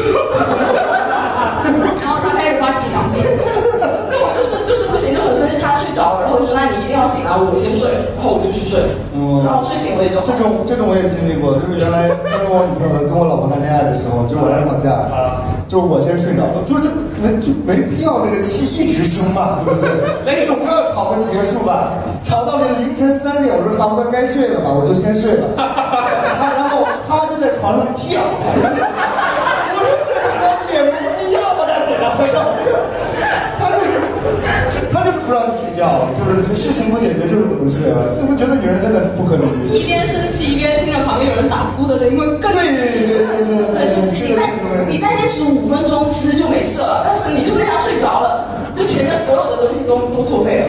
然后他开始发起狼性。 那我就是不行，就很生气，他睡着了，然后我就说那你一定要醒啊，我先睡，然后我就去睡。然后睡醒我也就好。 这种我也经历过，就是原来跟我女朋友跟我老婆谈恋爱的时候，就是晚上吵架，就是我先睡着了，就是就没必要这个气一直生嘛，对不对？你总要吵个结束吧，吵到了凌晨3点，我说差不多该睡了吧，我就先睡了。然后他就在床上跳，我说这也没必要吧，大姐。他就是不让你睡觉，就是事情不解决就是不睡了。我觉得女人真的是不可理喻。 一边生气一边听着旁边有人打呼的声音，会更对。很生气，你再坚持5分钟，其实就没事了。但是你就那样睡着了，就前面所有的东西都作废了。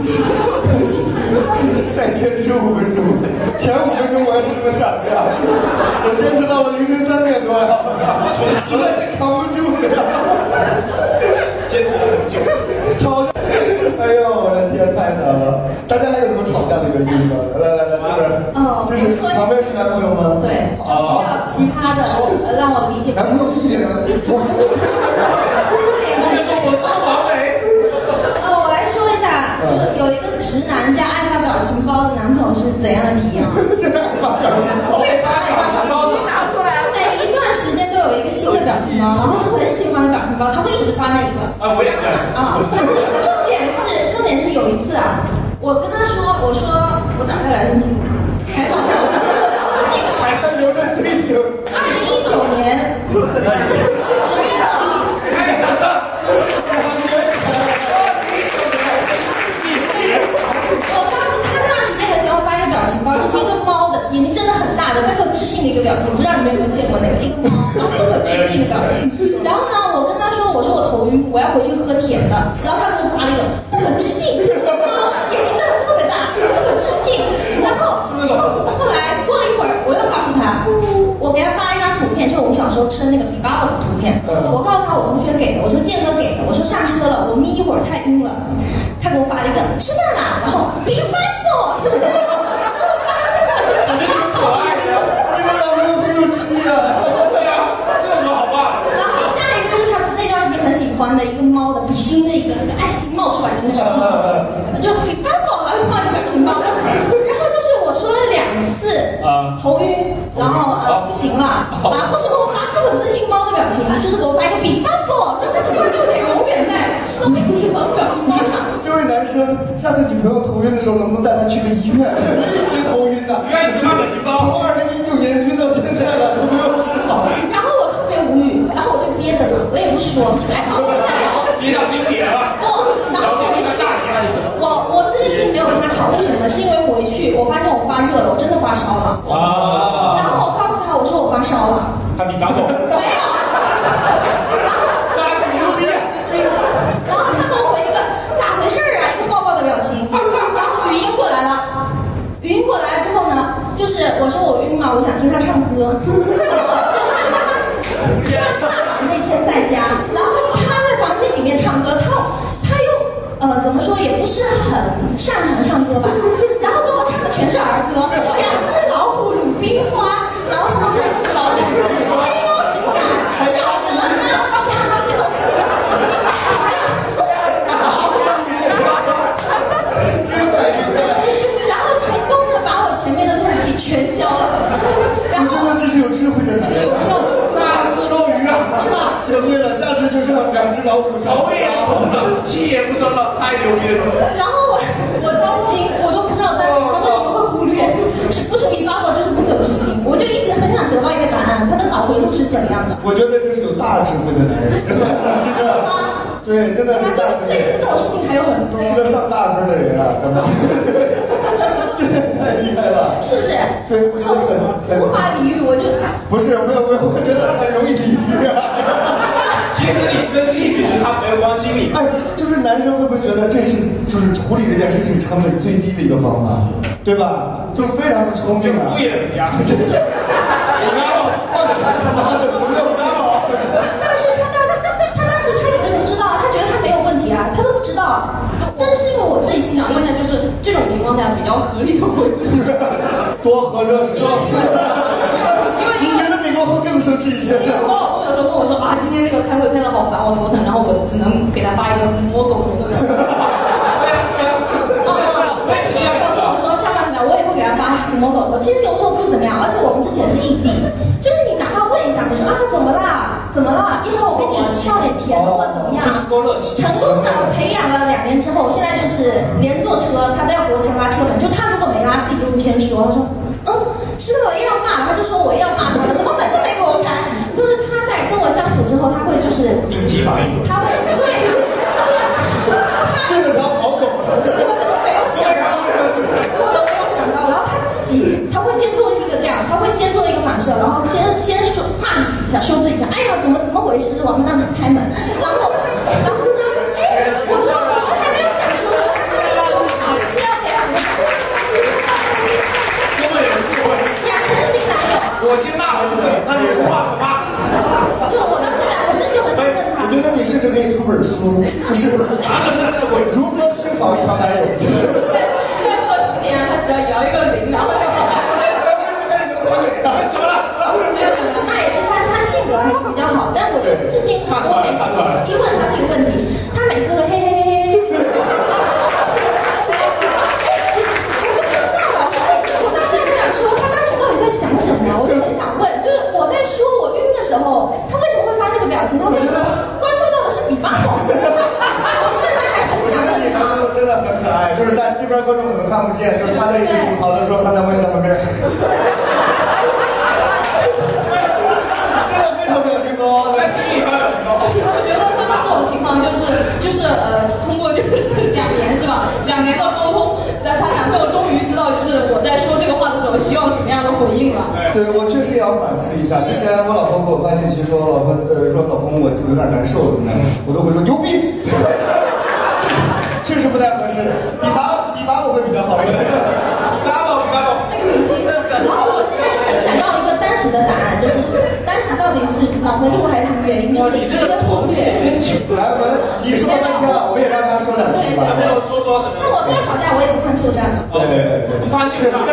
再坚持5分钟，前5分钟我也是这么想的呀。我坚持到了凌晨3点多呀，实在是扛不住了。坚持很久，吵架。哎呦，我的天，太难了！大家还有什么吵架的原因吗？来，就是旁边是男朋友吗？ 对，比较奇葩的，让我理解。 男朋友一点， 我来说一下，有一个直男加爱发表情包的男朋友是怎样的体验？ 发表情包， 拿出来，每一段时间都有一个新的表情包，然后很喜欢的表情包，他会一直发那一个。 我也是。 重点是有一次啊，我跟他说，我说我找他来信记录，采访他， 还留着罪行。 2019年10月啊。我当时他那段时间的时候发一个表情包，就是一个猫的眼睛真的很大的很有自信的一个表情，不知道你们有没有见过那个一个猫，然后很有自信的表情。然后呢，我跟他说，我说我头晕，我要回去喝甜的。然后他给我发了一个很自信，眼睛真的特别大，很自信。然后后来过了一会儿，我又告诉他，我给他发了一张图片，就是我们小时候吃的那个比巴的图片。我告诉他我同学给的，我说建哥给的，我说上车了，我眯一会儿太晕了。他给我发了一个吃饭啦，然后比巴我觉得挺可爱的， 你们老公很有气啊！ 对啊，这有什么好骂？ 然后下一个就是他那段时间很喜欢的一个猫的比心的一个那个爱心冒出来的那个，就比巴宝了放一个表情包。然后就是我说了2次头晕，然后不行了，不是给我发很自信猫的表情，就是给我发一个比巴宝，就这个就得永远在都会记和表情包上。 这位男生，下次女朋友头晕的时候，能不能带她去个医院？一直头晕的， 愿意发表情包。 从2019年晕到现在了，都没有治好。 然后我特别无语，然后我就憋着了，我也不说，还好。 憋到经典了。 然后我这件事情没有跟他吵，为什么？是因为回去我发现我发热了，我真的发烧了。然后我告诉他，我说我发烧了。 他比打我。 没有。然后他给我回一个咋回事啊？一个抱抱的表情，然后语音过来了。语音过来之后呢，就是我说我晕嘛，我想听他唱歌。 说也不是很擅长唱歌吧，然后给我唱的全是儿歌，两只老虎鲁冰花，然后他们是老虎，哎呦，笑死了，吓死了。然后成功的把我前面的怒气全消了。 我觉得这是有智慧的男人。 大智若愚啊， 是吧？ 学会了，下次就是两只老虎头也不了，气也不生了，太牛逼了。 然后我至今我都不知道当时他为什么会忽略，是不是你发过就是不可置信？我就一直很想得到一个答案，他的脑回路是怎样的？ 我觉得这是有大智慧的男人，真的，这个，对，真的是大智慧。 类似这种事情还有很多。 是个上大分的人啊，真的，这太厉害了， 是不是？ 对，我觉得很无法理喻，我就不是，没有，我觉得很容易理喻啊。 其实你生气，只是他没有关心你。 哎，就是男生会不会觉得这是就是处理这件事情成本最低的一个方法，对吧？就非常的聪明啊。 敷衍人家。 不要，妈的，什么叫不要？ 但是他当时他一直不知道，他觉得他没有问题啊，他都不知道。但是因为我自己想问一下，就是这种情况下比较合理的回复是多喝热水。你觉得哪个会更生气一些？ 因为我老公有时候跟我说啊，今天那个开会开得好烦，我头疼，然后我只能给他发一个抚摸狗头的表情。 我跟我说下半场我也会给他发抚摸狗头，其实有时候不怎么样，而且我们之前是异地，就是你哪怕问一下，你说啊怎么啦，一会儿我跟你笑点甜或怎么样，成功的培养了2年之后，现在就是连坐车他都要给我先拉车门，就他如果没拉自己就会先说，他说是的我也要骂，他就说我也要骂他了，怎么门都没给我开，就是他在跟我相处之后，他会就是应激反应， 他会对， 是个条好狗。 我都没有想到，然后他自己他会先做一个这样，他会先做一个反射，然后先说骂自己一下，说自己一下，哎呀怎么回事？我们让他开门，然后呢，哎，我说我还没有想说，好是要给我们， 多么有智慧， 养成型男友。 我先骂了自己，那你不骂可骂。 就我到现在我真的很想问他。 我觉得你甚至可以出本书，就是如何睡好一条男友。 再过10年，他只要摇一个0，然后就好了。 怎么了？ 那也是他性格还是比较好，但我就至今我每次一问他这个问题，他每次都会嘿嘿嘿嘿。我到现在想说，他当时到底在想什么？我就很想问，就是我在说我晕的时候，他为什么会发这个表情？他为什么关注到的是比巴狗？我现在还很想问他。 真的很可爱，就是但这边观众可能看不见，就是她在一直吐槽的时候，她男朋友在旁边。真的非常表情包， 在心里发表情包。 我觉得他们这种情况就是通过就是这2年是吧？2年的沟通，但她男朋友终于知道，就是我在说这个话的时候希望什么样的回应了。 对，我确实也要反思一下。之前我老婆给我发信息说，老公我有点难受怎么样，我都会说牛逼。确实不太合适，比拔我会比较好一点。 比拔我。 那个女性，然后我现在很想要一个单纯的答案，就是单纯到底是脑回路还是什么原因？ 你这个从前来，你说3句话，我也让他说2句吧。 没有说。 那我跟他吵架，我也不翻旧账。 对， 不翻旧账。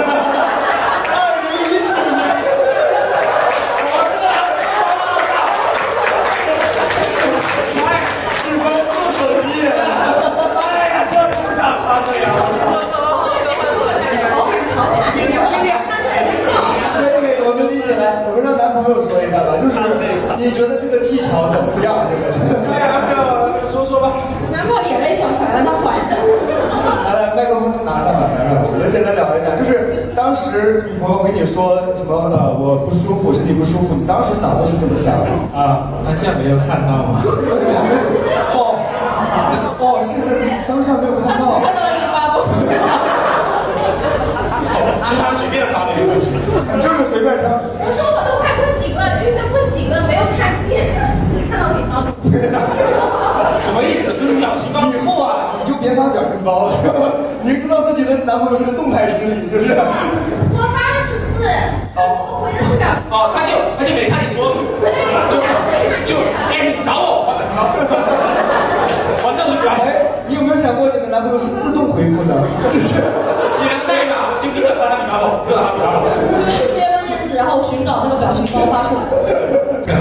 我们理解来，我们让男朋友说一下吧，就是你觉得这个技巧怎么样？这个说吧。 难怪眼泪想出来了，他怀的。 来，麦克风拿上吧，我们简单聊一下，就是当时女朋友跟你说什么我不舒服，身体不舒服，你当时脑子是怎么想的？ 他现在没有看到吗？ 是当下没有看到。 看到了发布。 是他随便发的一个东西， 就是随便发。 我说我都快不行了，晕得不行了，没有看见，只看到你发布。 什么意思？就是表情包。 以后啊，你就别发表情包了，你知道自己的男朋友是个动态视力，就是。 我发的是字，我回的是表情。 他就没看你说什么，你找我，反正是表。 你有没有想过你的男朋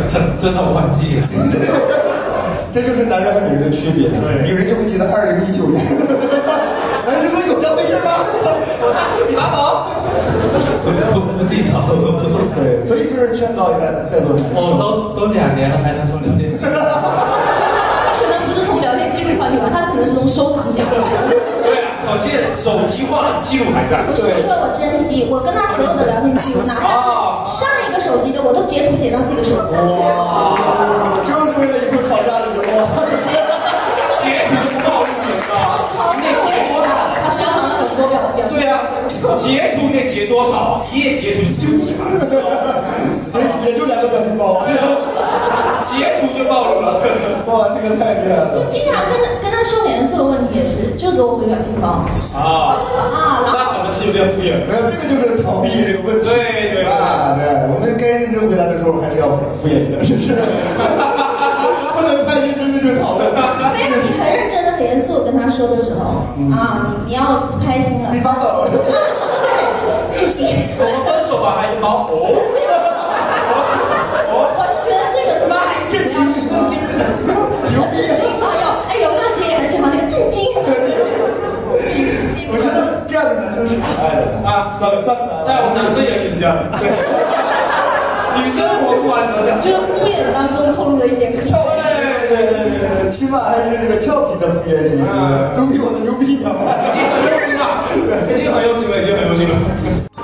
真的我忘记了。 这就是男人和女人的区别，女人就会记得2019年，男人说有这回事吗？ 打宝，我自己找。 对，所以就是劝告在座男生， 都2年了还能说聊天。 可能不是从聊天记录换出来，他可能是从收藏夹。 对啊，我记得手机换记录还在。 不是因为我珍惜，我跟他所有的聊天记录，哪怕是上一个手机的，我都截图截到自己的手机。 哇，就是为了以后吵架的时候。 截图暴露人啊！你截多少？ 他收藏了很多表。 对啊，截图得截多少？一页截图就几码， 也就2个表情包。 截图就暴露了。 哇，这个太厉害了。 就经常跟他说严肃的问题也是，就给我回表情包。 那可能是有点敷衍。 没有，这个就是逃避这个问题。 对， 我们该认真回答的时候还是要敷衍的，是不是？不能太认真的就讨论。 没有，你很认真的、很严肃的跟他说的时候，你要不开心了。 你帮我。 谢谢。 我们分手吧，还是包我学的这个什么震惊，牛逼！ 有段时间也很喜欢那个震惊。 我觉得这样的男生是可爱的啊， 在我们男生眼里是这样的。女生我不管怎么想， 就是敷衍当中透露了一点可笑。 对，起码还是这个俏皮的敷衍你，总比我的牛逼强吧？ 已经很用心了，已经很用心了。